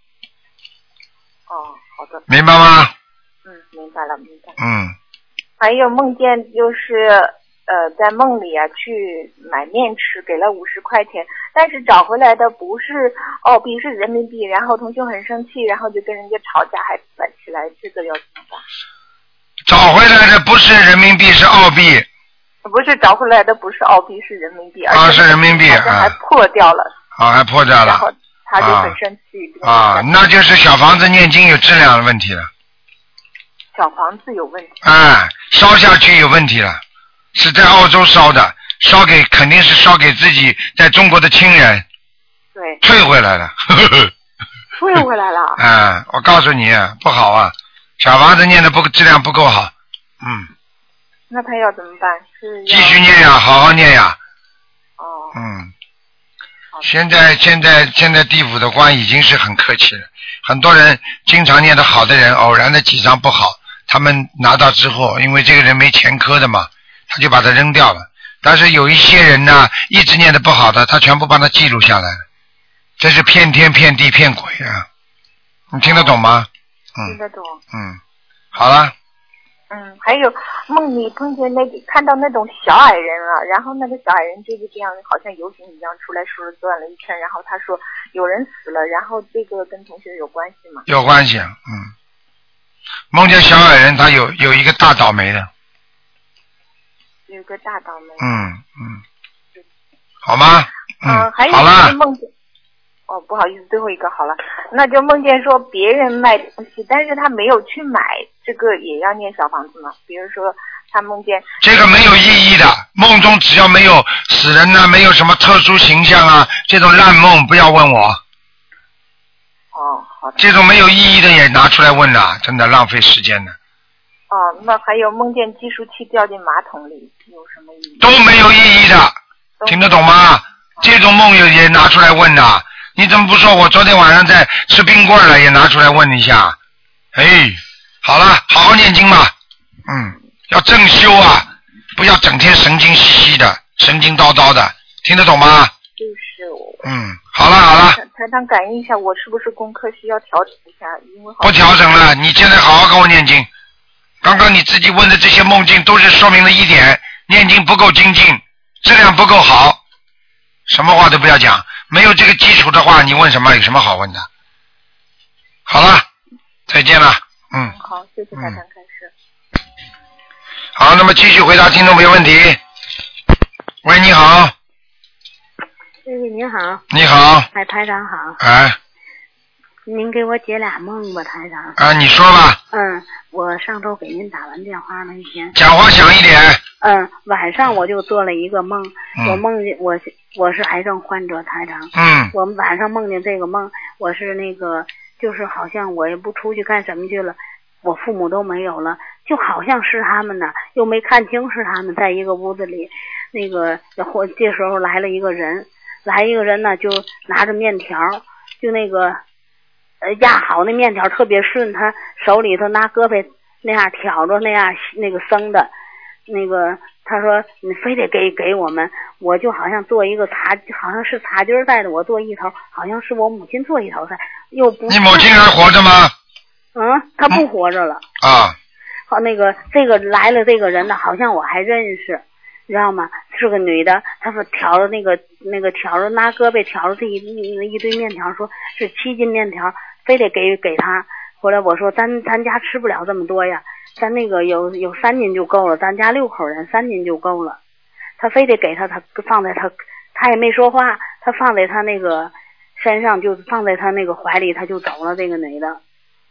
[SPEAKER 12] 哦，好的。
[SPEAKER 2] 明白吗？
[SPEAKER 12] 嗯，明白了，明白了。
[SPEAKER 2] 嗯。
[SPEAKER 12] 还有梦见就是呃在梦里啊去买面吃，给了五十块钱，但是找回来的不是澳币，是人民币，然后同学很生气，然后就跟人家吵架，还打起来，这个要怎么办？
[SPEAKER 2] 找回来的不是人民币，是澳币。
[SPEAKER 12] 不是找回来的不是澳币，是人民币，而且
[SPEAKER 2] 啊是人民币，
[SPEAKER 12] 好像还破掉了。
[SPEAKER 2] 啊，还破掉了。
[SPEAKER 12] 然后他就很生气。
[SPEAKER 2] 啊，啊那就是小房子念经有质量的问题了。
[SPEAKER 12] 小房子有问题。
[SPEAKER 2] 哎，烧下去有问题了，是在澳洲烧的，烧给肯定是烧给自己在中国的亲人。
[SPEAKER 12] 对。
[SPEAKER 2] 退回来了。呵呵
[SPEAKER 12] 缩回来了。
[SPEAKER 2] 啊，我告诉你，不好啊，小房子念的不质量不够好。嗯。
[SPEAKER 12] 那他要怎么办？是
[SPEAKER 2] 继续念呀，好好念呀。哦。嗯。现在现在现在地府的官已经是很客气了，很多人经常念得好的人，偶然的几张不好，他们拿到之后，因为这个人没前科的嘛，他就把它扔掉了。但是有一些人呢，一直念得不好的，他全部帮他记录下来了，这是骗天骗地骗鬼啊！你听得懂吗？嗯。
[SPEAKER 12] 听得懂。
[SPEAKER 2] 嗯，好了。
[SPEAKER 12] 嗯，还有梦里碰见那个看到那种小矮人了，然后那个小矮人就是这样，好像游行一样出来说了转了一圈，然后他说有人死了，然后这个跟同学有关系吗？
[SPEAKER 2] 有关系，嗯。梦见小矮人，他有有一个大倒霉的。
[SPEAKER 12] 有一个大倒霉。
[SPEAKER 2] 嗯嗯。好吗？
[SPEAKER 12] 嗯，还有
[SPEAKER 2] 好了。
[SPEAKER 12] 梦见。哦，不好意思，最后一个好了，那就梦见说别人卖东西，但是他没有去买，这个也要念小房子吗？比如说他梦见
[SPEAKER 2] 这个没有意义的，梦中只要没有死人呢、啊，没有什么特殊形象啊，这种烂梦不要问我。
[SPEAKER 12] 哦，好的。
[SPEAKER 2] 这种没有意义的也拿出来问了，真的浪费时间的。
[SPEAKER 12] 哦，那还有梦见计数器掉进马桶里，有什么意义？
[SPEAKER 2] 都没有意义的，听得懂吗？这种梦也也拿出来问的。你怎么不说我昨天晚上在吃冰棍了，也拿出来问一下？哎，好了，好好念经吧。嗯，要正修啊，不要整天神经兮兮的、神经叨叨的，听得懂吗？
[SPEAKER 12] 就是我。
[SPEAKER 2] 嗯，好了好了。
[SPEAKER 12] 台长感应一下，我是不是功课需要调整一下？因为
[SPEAKER 2] 不调整了，你现在好好跟我念经。刚刚你自己问的这些梦境，都是说明了一点：念经不够精进，质量不够好。什么话都不要讲。没有这个基础的话，你问什么？有什么好问的？好了，再见了。嗯。
[SPEAKER 12] 好，谢谢台长开始。
[SPEAKER 2] 好，那么继续回答听众朋友问题。喂，你好。
[SPEAKER 13] 喂，您好。
[SPEAKER 2] 你好。
[SPEAKER 13] 哎，台长好。
[SPEAKER 2] 哎。
[SPEAKER 13] 您给我解俩梦吧，台长。
[SPEAKER 2] 啊，你说吧。
[SPEAKER 13] 嗯，我上周给您打完电话那天。
[SPEAKER 2] 讲话响一点。
[SPEAKER 13] 嗯，晚上我就做了一个梦，
[SPEAKER 2] 嗯、
[SPEAKER 13] 我梦见我我是癌症患者，台长。
[SPEAKER 2] 嗯。
[SPEAKER 13] 我们晚上梦见这个梦，我是那个就是好像我也不出去干什么去了，我父母都没有了，就好像是他们呢，又没看清是他们，在一个屋子里，那个或这时候来了一个人，来一个人呢就拿着面条，就那个呃压好那面条特别顺，他手里头拿胳膊那样挑着那样那个生的。那个他说你非得给给我们，我就好像做一个茶，好像是茶几儿在的，我做一头，好像是我母亲做一头菜，又不。
[SPEAKER 2] 你母亲还活着吗？
[SPEAKER 13] 嗯，她不活着了。
[SPEAKER 2] 啊。
[SPEAKER 13] 好，那个这个来了这个人呢，好像我还认识，你知道吗？是个女的，她说挑着那个那个挑着拿胳膊挑着这一一堆面条，说是七斤面条，非得给给她。后来我说咱咱家吃不了这么多呀。咱那个有有三斤就够了，咱家六口人，三斤就够了。他非得给他，他放在他，他也没说话，他放在他那个身上，就放在他那个怀里，他就走了。这个女的，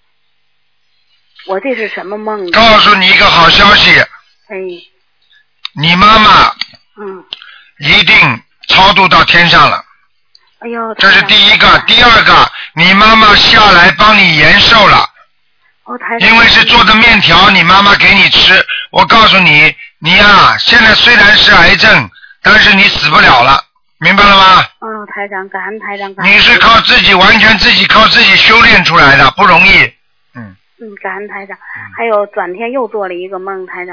[SPEAKER 13] 我这是什么梦？
[SPEAKER 2] 告诉你一个好消息。
[SPEAKER 13] 哎。
[SPEAKER 2] 你妈妈。
[SPEAKER 13] 嗯。
[SPEAKER 2] 一定超度到天上了。
[SPEAKER 13] 哎呦。
[SPEAKER 2] 这是第一个，第二个，你妈妈下来帮你延寿了。因为是做的面条，你妈妈给你吃。我告诉你，你呀、啊，现在虽然是癌症，但是你死不了了，明白了吗？
[SPEAKER 13] 嗯、哦，台长，感恩台长，感恩。
[SPEAKER 2] 你是靠自己，完全自己靠自己修炼出来的，不容易。嗯。
[SPEAKER 13] 嗯，感恩台长。还有转天又做了一个梦，台长。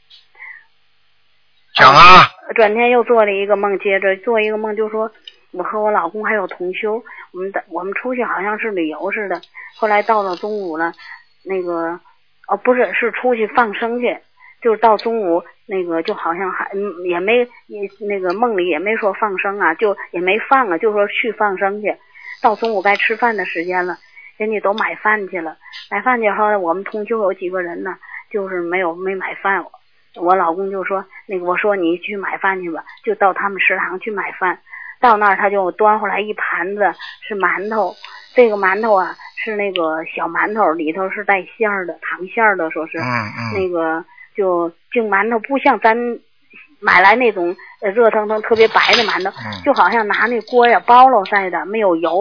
[SPEAKER 2] 讲啊。
[SPEAKER 13] 呃、转天又做了一个梦，接着做一个梦，就说我和我老公还有同修，我们的我们出去好像是旅游似的，后来到了中午了。那个哦，不是，是出去放生去，就是到中午那个就好像还也没也那个梦里也没说放生啊，就也没放啊，就说去放生去。到中午该吃饭的时间了，人家都买饭去了，买饭去后我们同修有几个人呢，就是没有没买饭。我老公就说那个我说你去买饭去吧，就到他们食堂去买饭。到那儿他就端回来一盘子是馒头，这个馒头啊是那个小馒头，里头是带馅儿的，糖馅儿的，说是，
[SPEAKER 2] 嗯嗯，
[SPEAKER 13] 那个就净馒头，不像咱买来那种呃热腾腾特别白的馒头，
[SPEAKER 2] 嗯、
[SPEAKER 13] 就好像拿那锅呀包了似的，没有油，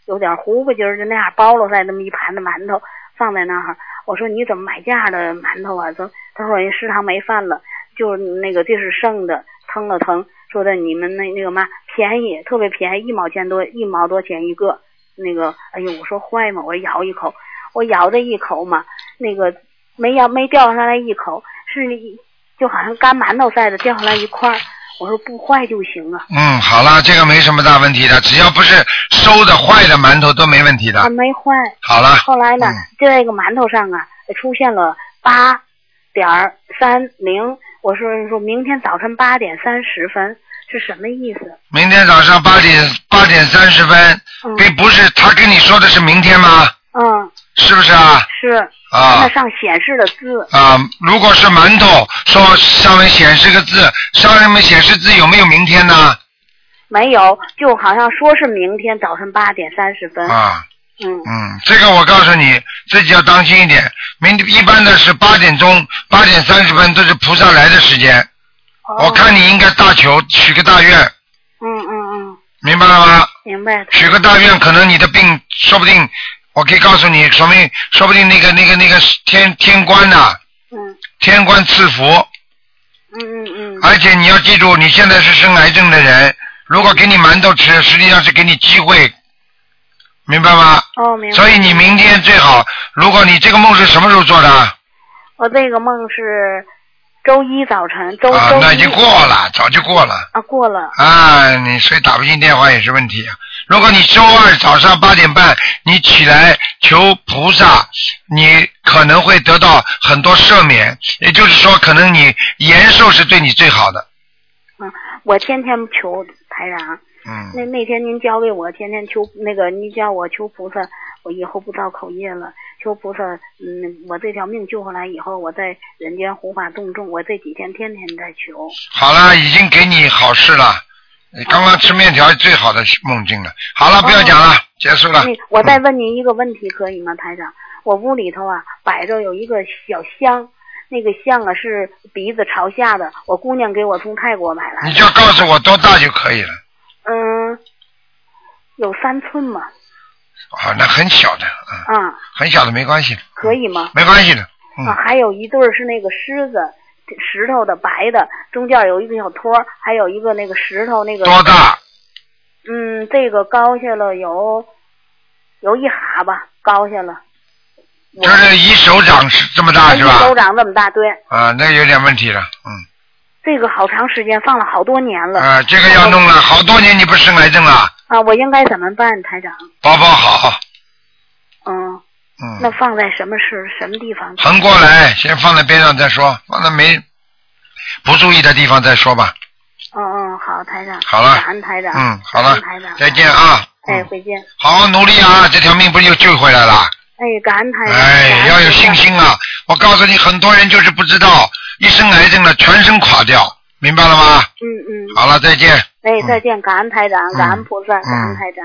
[SPEAKER 13] 有点糊不筋儿，就那样包了在那么一盘子馒头放在那儿。我说你怎么买这样的馒头啊？他他说人食堂没饭了，就那个这是剩的，腾了腾，说的你们那那个嘛便宜，特别便宜，一毛钱多，一毛多钱一个。那个哎呦，我说坏嘛，我咬一口，我咬这一口嘛，那个没咬没掉下来一口，是就好像干馒头似的掉下来一块儿。我说不坏就行啊。
[SPEAKER 2] 嗯，好了，这个没什么大问题的，只要不是收的坏的馒头都没问题的。
[SPEAKER 13] 啊，没坏。
[SPEAKER 2] 好了。
[SPEAKER 13] 后来呢，
[SPEAKER 2] 嗯、
[SPEAKER 13] 这个馒头上啊出现了八点三零，我说说明天早晨八点三十分是什么意思？明天早上八点八点三十分，并、嗯、不是他跟你说的是明天吗？嗯。是不是啊？是。啊。那上显示的字。啊，如果是馒头，说上面显示个字，上面显示字有没有明天呢？没有，就好像说是明天早晨八点三十分。啊。嗯。嗯，这个我告诉你，自己要当心一点。明一般的是八点钟，八点三十分都是菩萨来的时间。哦。我看你应该大求许个大愿。嗯嗯嗯。明白了吗？明白。许个大愿，可能你的病说不定。我可以告诉你，说明说不定那个那个那个天天官呐、啊，嗯，天官赐福，嗯嗯嗯，而且你要记住，你现在是生癌症的人，如果给你馒头吃，实际上是给你机会，明白吗？哦，明白。所以你明天最好，如果你这个梦是什么时候做的？我这个梦是周一早晨，周啊，周一那已经过了，早就过了。啊，过了。啊，你所以打不进电话也是问题啊。如果你周二早上八点半你起来求菩萨，你可能会得到很多赦免，也就是说可能你延寿是对你最好的。嗯，我天天求台长。嗯。那那天您教给我天天求那个，你叫我求菩萨，我以后不造口业了。求菩萨，嗯，我这条命救回来以后，我在人间护法动众，我这几天天天在求。好了，已经给你好事了。你刚刚吃面条最好的梦境了。好了，不要讲了，哦、结束了。我再问您一个问题，可以吗，台长？我屋里头啊摆着有一个小香，那个香啊是鼻子朝下的，我姑娘给我从泰国买来的。你就告诉我多大就可以了。嗯，有三寸嘛。啊，那很小的，嗯，嗯很小的没关系的。可以吗？没关系的。嗯、啊，还有一对是那个狮子。石头的白的，中间有一个小托，还有一个那个石头那个多大？嗯，这个高下了有有一哈吧，高下了。就是一手掌是这么大是吧？一手掌这么大，对。啊，那有点问题了，嗯。这个好长时间放了好多年了。啊，这个要弄了好多年，你不是生癌症了？啊，我应该怎么办，台长？包包好。嗯。嗯，那放在什么是什么地方？横过来，先放在边上再说，放在没不注意的地方再说吧。嗯嗯，好，台长。好了。感恩台长。嗯，好了。台长。再见啊。哎，回见。好好努力啊，这条命不是又救回来了？哎，感恩台长。哎，要有信心啊！我告诉你，很多人就是不知道，一生癌症了，全身垮掉，明白了吗？嗯嗯。好了，再见。哎，再见，感恩台长，感恩菩萨，感恩台长。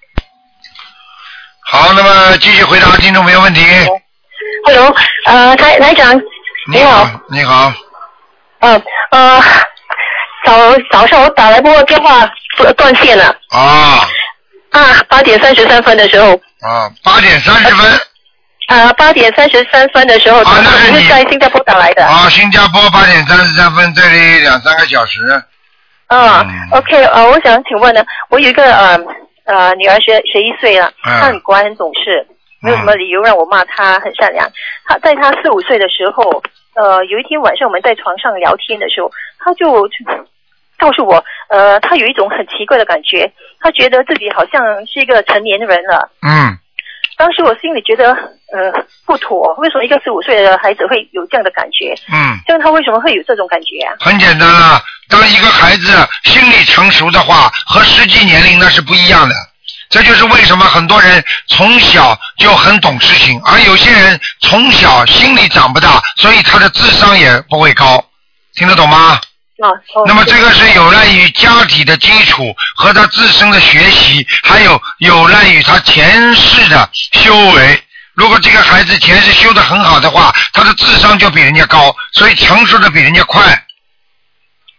[SPEAKER 13] 好，那么继续回答听众朋友问题。Hello， 呃，台台长，你好，你好。嗯呃，早早上我打来过电话断线了。啊。啊，八点三十三分的时候。啊，八点三十分。啊，八点三十三分的时候，啊，那是你在新加坡打来的。啊，新加坡八点三十三分，这里两三个小时。啊、嗯、，OK， 呃，我想请问呢，我有一个呃。呃，女儿十十一岁了，她很乖很懂事，没有什么理由让我骂她，很善良。她在她四五岁的时候，呃，有一天晚上我们在床上聊天的时候，她就告诉我，呃，她有一种很奇怪的感觉，她觉得自己好像是一个成年人了。嗯。当时我心里觉得呃不妥，为什么一个十五岁的孩子会有这样的感觉？嗯。这样他为什么会有这种感觉啊？很简单啦，当一个孩子心理成熟的话，和实际年龄那是不一样的。这就是为什么很多人从小就很懂事情，而有些人从小心理长不大，所以他的智商也不会高。听得懂吗？啊、哦，那么这个是有赖于家体的基础和他自身的学习，还有有赖于他前世的修为。如果这个孩子前世修得很好的话，他的智商就比人家高，所以成熟的比人家快。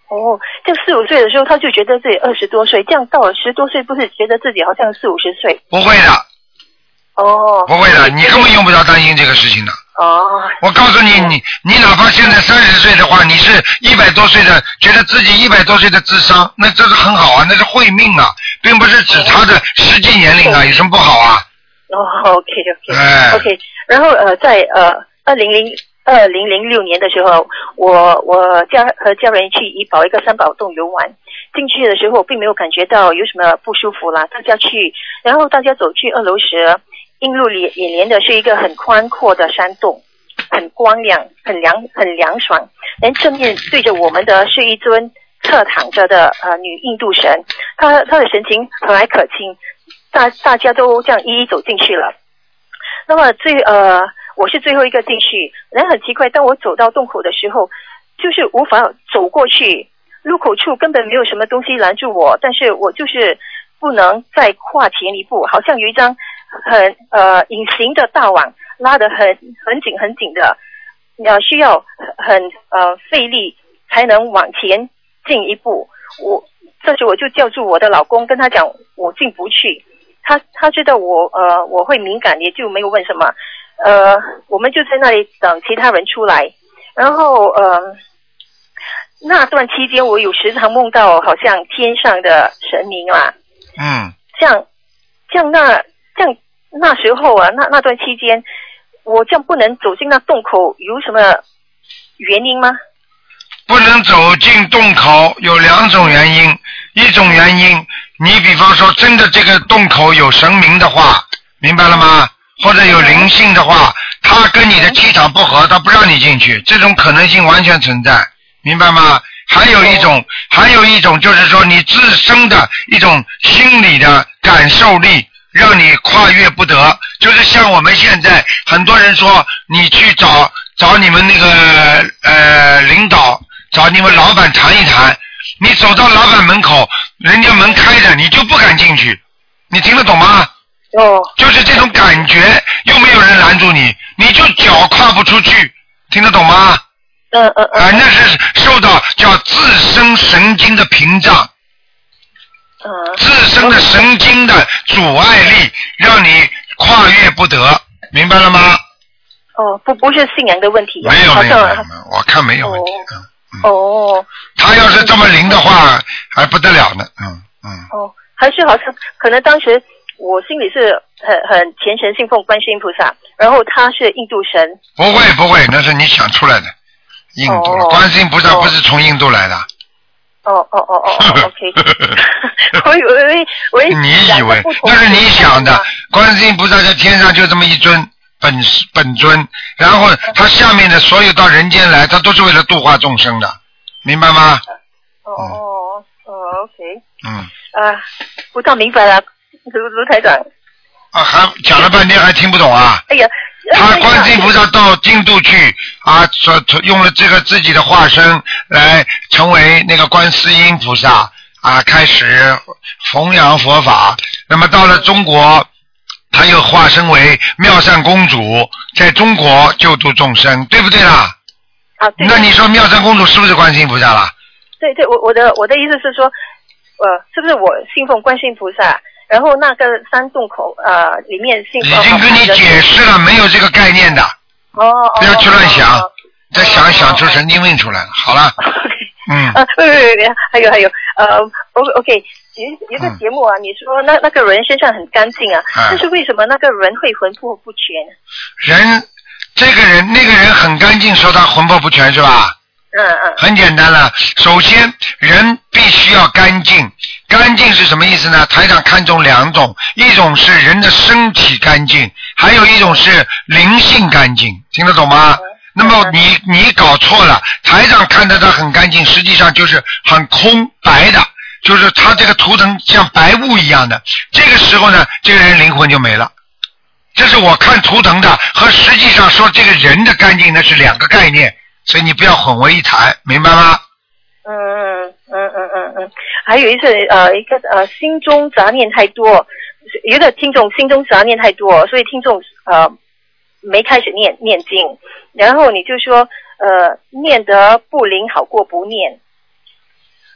[SPEAKER 14] 哦，这四五岁的时候他就觉得自己二十多岁，这样到了十多岁，不是觉得自己好像四五十岁？
[SPEAKER 2] 不会的。
[SPEAKER 14] 哦。
[SPEAKER 2] 不会的，你根本用不着担心这个事情的。
[SPEAKER 14] 哦。
[SPEAKER 2] 我告诉你，你你哪怕现在三十岁的话，你是一百多岁的，觉得自己一百多岁的智商，那这是很好啊，那是慧命啊，并不是指他的实际年龄啊，有什么不好啊？
[SPEAKER 14] 哦 ，OK OK，
[SPEAKER 2] 哎
[SPEAKER 14] OK，然后呃，在呃二零零二零零六年的时候，我我家和家人去怡保一个三宝洞游玩，进去的时候并没有感觉到有什么不舒服啦，大家去，然后大家走去二楼时，映入眼眼帘的是一个很宽阔的山洞，很光亮，很凉，很凉爽。然后正面对着我们的是一尊侧躺着的呃女印度神，她她的神情和蔼可亲，大大家都这样一一走进去了。那么最呃我是最后一个进去，然后很奇怪，当我走到洞口的时候，就是无法走过去，入口处根本没有什么东西拦住我，但是我就是不能再跨前一步，好像有一张很呃隐形的大网拉得很很紧很紧的，呃需要很呃费力才能往前进一步。我这时我就叫住我的老公，跟他讲我进不去，他他知道我呃我会敏感，也就没有问什么。呃我们就在那里等其他人出来，然后呃那段期间我有时常梦到好像天上的神明啦，
[SPEAKER 2] 嗯，
[SPEAKER 14] 这样这样那这样那时候啊，那那段期间我这样不能走进那洞口，有什么原因吗？
[SPEAKER 2] 不能走进洞口有两种原因，一种原因你比方说真的这个洞口有神明的话，明白了吗？或者有灵性的话，他跟你的气场不合，他不让你进去，这种可能性完全存在，明白吗？还有一种还有一种就是说你自身的一种心理的感受力让你跨越不得，就是像我们现在很多人说你去找找你们那个呃领导，找你们老板谈一谈，你走到老板门口，人家门开着，你就不敢进去，你听得懂吗？
[SPEAKER 14] 哦，
[SPEAKER 2] 就是这种感觉，又没有人拦住你，你就脚跨不出去，听得懂吗？
[SPEAKER 14] 嗯嗯嗯。
[SPEAKER 2] 啊，那是受到叫自身神经的屏障，
[SPEAKER 14] 嗯，
[SPEAKER 2] 自身的神经的阻碍力，让你跨越不得，明白了吗？
[SPEAKER 14] 哦，不不是信仰的问题、啊，
[SPEAKER 2] 没有没有没有，
[SPEAKER 14] 好
[SPEAKER 2] 我看没有问题。
[SPEAKER 14] 哦。哦。
[SPEAKER 2] 他要是这么灵的话，还不得了呢，嗯嗯。
[SPEAKER 14] 哦，还是好像可能当时我心里是很很虔诚信奉观世音菩萨，然后他是印度神。
[SPEAKER 2] 不会不会，那是你想出来的。印度、哦、观世音菩萨不是从印度来的。
[SPEAKER 14] 哦哦哦哦 ，OK。我以为我以为
[SPEAKER 2] 你以为那是你想的，观世音菩萨在天上就这么一尊本本尊，然后他下面的所有到人间来，他都是为了度化众生的，明白吗？
[SPEAKER 14] 哦哦哦 ，OK。
[SPEAKER 2] 嗯。
[SPEAKER 14] 啊，不大明白了，卢卢台长。
[SPEAKER 2] 啊，还讲了半天还听不懂啊！
[SPEAKER 14] 哎呀，
[SPEAKER 2] 他观世音菩萨到印度去啊，所用了这个自己的化身来成为那个观世音菩萨啊，开始弘扬佛法。那么到了中国，他又化身为妙善公主，在中国救度众生，对不对啦？
[SPEAKER 14] 啊，对。
[SPEAKER 2] 那你说妙善公主是不是观世音菩萨啦？
[SPEAKER 14] 对对，我我的我的意思是说，呃，是不是我信奉观世音菩萨？然后那个山洞口呃里面信
[SPEAKER 2] 已经跟你解释了，没有这个概念的。
[SPEAKER 14] 哦。
[SPEAKER 2] 不要去乱想，
[SPEAKER 14] 哦、
[SPEAKER 2] 再想想出神经病出来了。好了。嗯。
[SPEAKER 14] 啊，对对对，还有还有，呃 ，OK OK，有有个节目啊，嗯、你说那那个人身上很干净啊，嗯、但是为什么那个人会魂魄不全？
[SPEAKER 2] 人，这个人那个人很干净，说他魂魄不全是吧？
[SPEAKER 14] 嗯嗯。
[SPEAKER 2] 很简单了，首先人必须要干净。干净是什么意思呢？台长看重两种，一种是人的身体干净，还有一种是灵性干净，听得懂吗？那么你你搞错了，台长看得他很干净，实际上就是很空白的，就是他这个图腾像白雾一样的，这个时候呢，这个人灵魂就没了。这是我看图腾的，和实际上说这个人的干净那是两个概念，所以你不要混为一谈，明白吗？
[SPEAKER 14] 嗯嗯嗯嗯嗯嗯，还有一次呃一个呃心中杂念太多，有的听众心中杂念太多，所以听众呃没开始念念经，然后你就说呃念得不灵好过不念。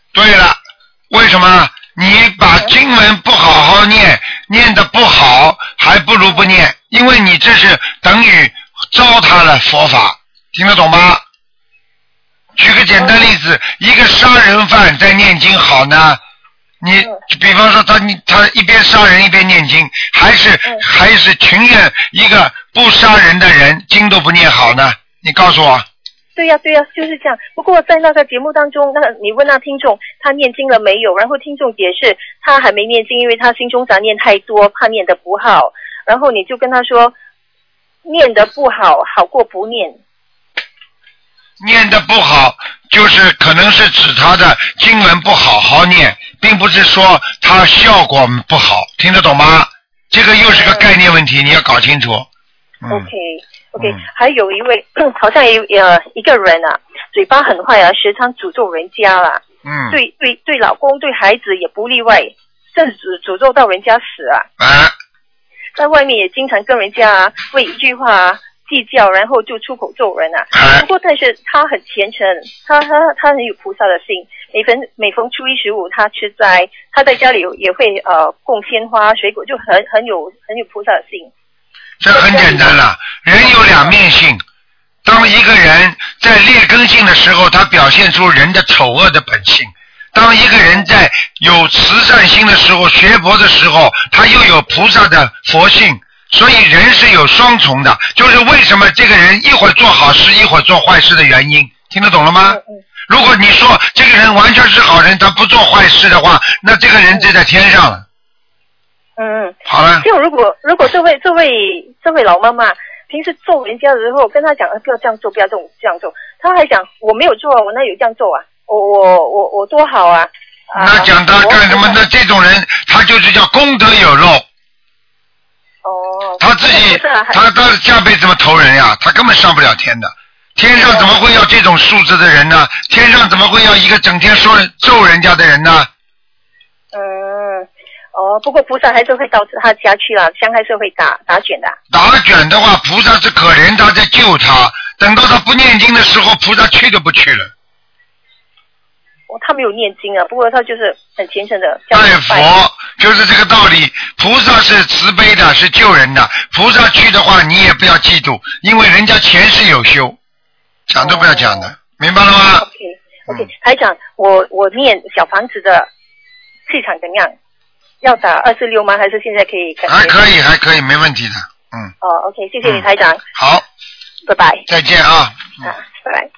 [SPEAKER 2] 对了，为什么？你把经文不好好念，念得不好，还不如不念，因为你这是等于糟蹋了佛法，听得懂吗？举个简单例子，一个杀人犯在念经好呢，你比方说他你他一边杀人一边念经，还是还是情愿一个不杀人的人经都不念好呢？你告诉我。
[SPEAKER 14] 对呀、啊、对呀、啊，就是这样。不过在那个节目当中，那你问那听众他念经了没有，然后听众解释他还没念经，因为他心中杂念太多，怕念得不好。然后你就跟他说，念得不好好过不念。
[SPEAKER 2] 念得不好，就是可能是指他的经文不好好念，并不是说他效果不好，听得懂吗？这个又是个概念问题，你要搞清楚。嗯、
[SPEAKER 14] OK OK，、嗯、还有一位好像有呃一个人啊，嘴巴很坏啊，时常诅咒人家啦。
[SPEAKER 2] 嗯。
[SPEAKER 14] 对对对，老公对孩子也不例外，甚至诅咒到人家死啊。
[SPEAKER 2] 啊。
[SPEAKER 14] 在外面也经常跟人家啊为一句话啊计较，然后就出口咒人啊。不过，但是他很虔诚，他他他很有菩萨的心。每逢每逢初一十五，他吃斋，他在家里有也会呃供鲜花、水果，就很很有很有菩萨的心。
[SPEAKER 2] 这很简单了，人有两面性。当一个人在劣根性的时候，他表现出人的丑恶的本性；当一个人在有慈善心的时候，学佛的时候，他又有菩萨的佛性。所以人是有双重的，就是为什么这个人一会儿做好事一会儿做坏事的原因，听得懂了吗？如果你说这个人完全是好人，他不做坏事的话，那这个人就在天上了。
[SPEAKER 14] 嗯嗯。
[SPEAKER 2] 好了。
[SPEAKER 14] 就如果如果这位这位这位老妈妈平时揍人家的时候，跟他讲不要这样做，不要这种这样做，他还讲我没有做啊，我哪有这样做啊？我我我我多好啊！
[SPEAKER 2] 那讲他干什么？那这种人他就是叫功德有漏。
[SPEAKER 14] 哦，
[SPEAKER 2] 他自己，他他下辈子怎么投人呀？他根本上不了天的。天上怎么会要这种素质的人呢？天上怎么会要一个整天说咒人家的人呢？
[SPEAKER 14] 嗯，哦，不过菩萨还是会到他家去了，香还是会打打卷的。
[SPEAKER 2] 打卷的话，菩萨是可怜他在救他，等到他不念经的时候，菩萨去都不去了。
[SPEAKER 14] 哦，他没有念经啊，不过他就是很虔诚的。
[SPEAKER 2] 拜佛就是这个道理，菩萨是慈悲的，是救人的。菩萨去的话，你也不要嫉妒，因为人家前世有修，讲都不要讲的，哦、明白了吗
[SPEAKER 14] ？OK OK，、嗯、台长，我我念小房子的气场怎么样？要打二四六吗？还是现在可以？
[SPEAKER 2] 还可以，还可以，没问题的。嗯。
[SPEAKER 14] 哦 ，OK， 谢谢你，台长。
[SPEAKER 2] 好。
[SPEAKER 14] 拜拜。
[SPEAKER 2] 再见啊。
[SPEAKER 14] 嗯、啊，拜拜。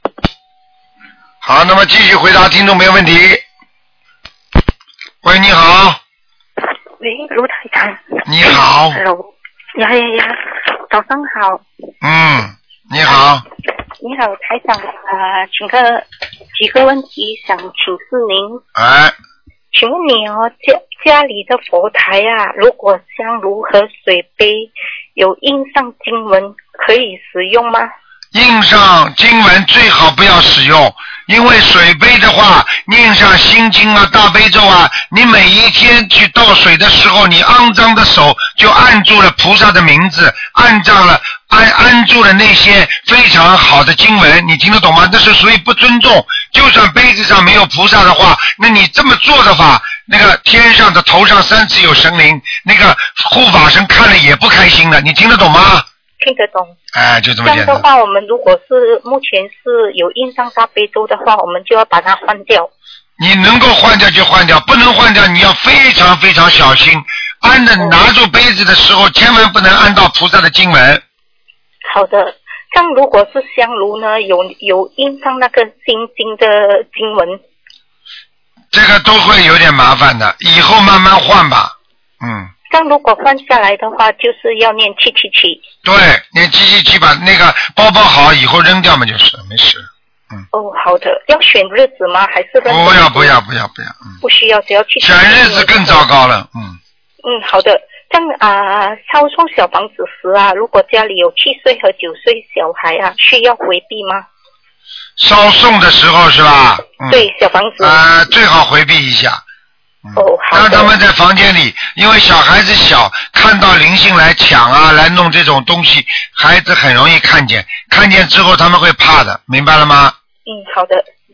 [SPEAKER 2] 好，那么继续回答听众没问题。喂，你好。
[SPEAKER 15] 喂，卢台长。
[SPEAKER 2] 你好。
[SPEAKER 15] Hello。呀呀呀，早上好。
[SPEAKER 2] 嗯，你好。
[SPEAKER 15] 你好，台长，呃，请个几个问题想请示您。
[SPEAKER 2] 哎。
[SPEAKER 15] 请问你哦，家家里的佛台啊，如果香炉和水杯有印上经文，可以使用吗？
[SPEAKER 2] 印上经文最好不要使用，因为水杯的话，念上心经啊、大悲咒啊，你每一天去倒水的时候，你肮脏的手就按住了菩萨的名字，按上了安安住了那些非常好的经文，你听得懂吗？那是属于不尊重。就算杯子上没有菩萨的话，那你这么做的话，那个天上的头上三尺有神灵，那个护法神看了也不开心的，你听得懂吗？
[SPEAKER 15] 听得懂。
[SPEAKER 2] 哎，就这么简单。
[SPEAKER 15] 这样的话，我们如果是目前是有印上大悲咒的话，我们就要把它换掉。
[SPEAKER 2] 你能够换掉就换掉，不能换掉你要非常非常小心。按着拿住杯子的时候，千万不能按到菩萨的经文。
[SPEAKER 15] 好的，像如果是香炉呢，有有印上那个心经的经文，
[SPEAKER 2] 这个都会有点麻烦的，以后慢慢换吧。嗯。
[SPEAKER 15] 像如果换下来的话，就是要念七七七。
[SPEAKER 2] 对，念七七七把那个包包好，以后扔掉嘛，就是没事。嗯。
[SPEAKER 15] 哦，好的，要选日子吗？还是
[SPEAKER 2] 不要不要不要不要。嗯。
[SPEAKER 15] 不需要，只要七七七。
[SPEAKER 2] 选日子更糟糕了，嗯。
[SPEAKER 15] 嗯，好的。像啊，烧送小房子时啊，如果家里有七岁和九岁小孩啊，需要回避吗？
[SPEAKER 2] 烧送的时候是吧？
[SPEAKER 15] 嗯、对，小房子。
[SPEAKER 2] 啊、呃，最好回避一下。
[SPEAKER 15] 嗯、哦，好的。
[SPEAKER 2] 让他们在房间里，因为小孩子小，看到灵性来抢啊，来弄这种东西，孩子很容易看见，看见之后他们会怕的，明白了吗？
[SPEAKER 15] 嗯，好的。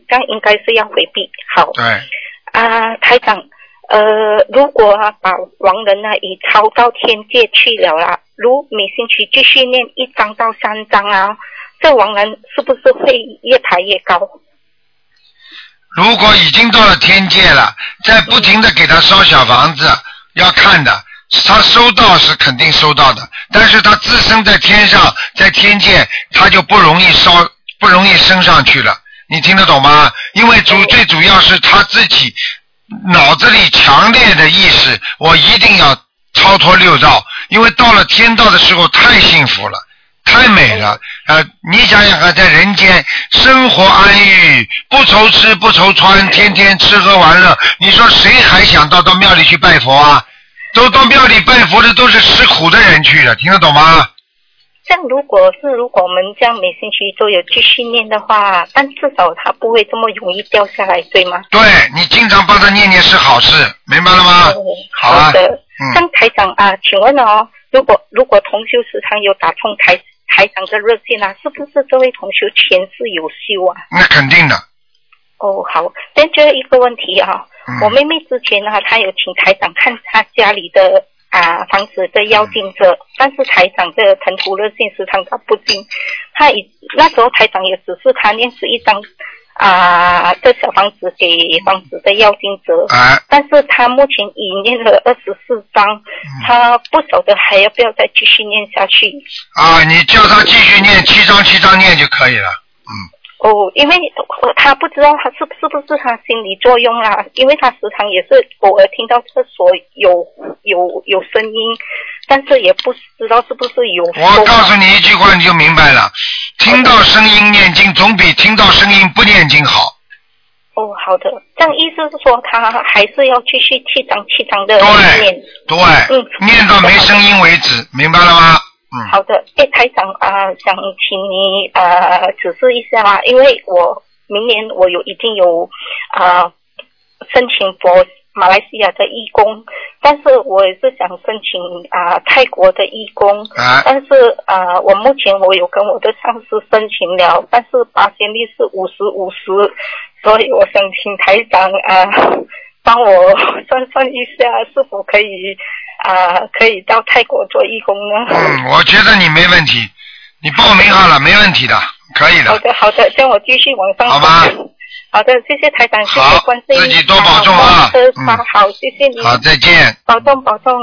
[SPEAKER 15] 这样应该是要回避。好。
[SPEAKER 2] 对。
[SPEAKER 15] 啊，台长，呃，如果啊把亡人呢已超到天界去了啦，如每星期继续念一张到三张啊，这亡人是不是会越排越高？
[SPEAKER 2] 如果已经到了天界了，在不停的给他烧小房子，要看的，他收到是肯定收到的，但是他自身在天上，在天界，他就不容易烧，不容易升上去了。你听得懂吗？因为主最主要是他自己脑子里强烈的意识，我一定要超脱六道，因为到了天道的时候太幸福了。太美了，呃，你想想看，在人间生活安逸，不愁吃不愁穿，天天吃喝玩乐，你说谁还想到到庙里去拜佛啊？都到庙里拜佛的都是吃苦的人去的，听得懂吗？
[SPEAKER 15] 像如果是如果我们这样每星期都有去训练的话，但至少它不会这么容易掉下来，对吗？
[SPEAKER 2] 对，你经常帮他念念是好事，明白了吗？
[SPEAKER 15] 嗯、
[SPEAKER 2] 好啊。
[SPEAKER 15] 好的。
[SPEAKER 2] 嗯。
[SPEAKER 15] 像台长啊，请问哦，如果如果同修时常有打通台台长的热线啊，是不是这位同修前世有修啊？
[SPEAKER 2] 那肯定的。
[SPEAKER 15] 哦，好。但这一个问题啊，嗯、我妹妹之前呢、啊，她有请台长看她家里的啊房子的妖精者，嗯、但是台长的腾图热线时常她不进，她以那时候台长也只是她念是一张啊这小房子给房子的妖精者，
[SPEAKER 2] 啊、
[SPEAKER 15] 但是她目前已念了二十四张，她、嗯、不晓得还要不要再继续念下去。
[SPEAKER 2] 啊，你叫她继续念七张七张念就可以了。嗯。
[SPEAKER 15] 哦，因为他不知道他是是不是他心理作用啦，因为他时常也是偶尔听到厕所有有有声音，但是也不知道是不是有。
[SPEAKER 2] 我告诉你一句话你就明白了，听到声音念经总比听到声音不念经好。
[SPEAKER 15] 哦，好的，这样意思是说他还是要继续七张七张的念。
[SPEAKER 2] 对，对，嗯，念到没声音为止，明白了吗？嗯，
[SPEAKER 15] 好的，哎，台长啊、呃，想请你呃指示一下啊，因为我明年我有已经有啊、呃、申请佛马来西亚的义工，但是我也是想申请啊、呃、泰国的义工，啊、但是啊、呃、我目前我有跟我的上司申请了，但是发现率是五十五十，所以我想请台长啊、呃、帮我算算一下，是否可以。啊、呃，可以到泰国做义工呢？
[SPEAKER 2] 嗯，我觉得你没问题，你报名好了，没问题的，可以的。
[SPEAKER 15] 好的，好的，这样我继续往上。
[SPEAKER 2] 好吧。
[SPEAKER 15] 好的，谢谢台长，谢谢观世音。
[SPEAKER 2] 自己多保重啊。
[SPEAKER 15] 嗯，好，谢谢你。
[SPEAKER 2] 好，再见。
[SPEAKER 15] 保重，保重。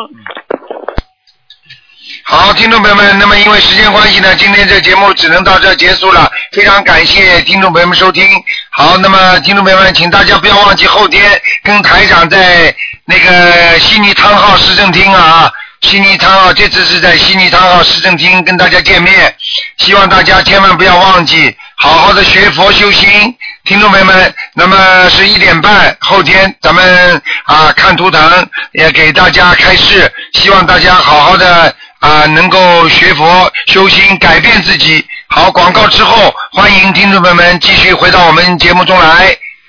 [SPEAKER 2] 好，听众朋友们，那么因为时间关系呢，今天这节目只能到这结束了。非常感谢听众朋友们收听。好，那么听众朋友们，请大家不要忘记后天跟台长在那个悉尼汤号市政厅啊，悉尼汤号这次是在悉尼汤号市政厅跟大家见面，希望大家千万不要忘记，好好的学佛修心。听众朋友们，那么是一点半，后天咱们啊看图腾也给大家开示，希望大家好好的啊能够学佛修心，改变自己。好，广告之后，欢迎听众朋友们继续回到我们节目中来。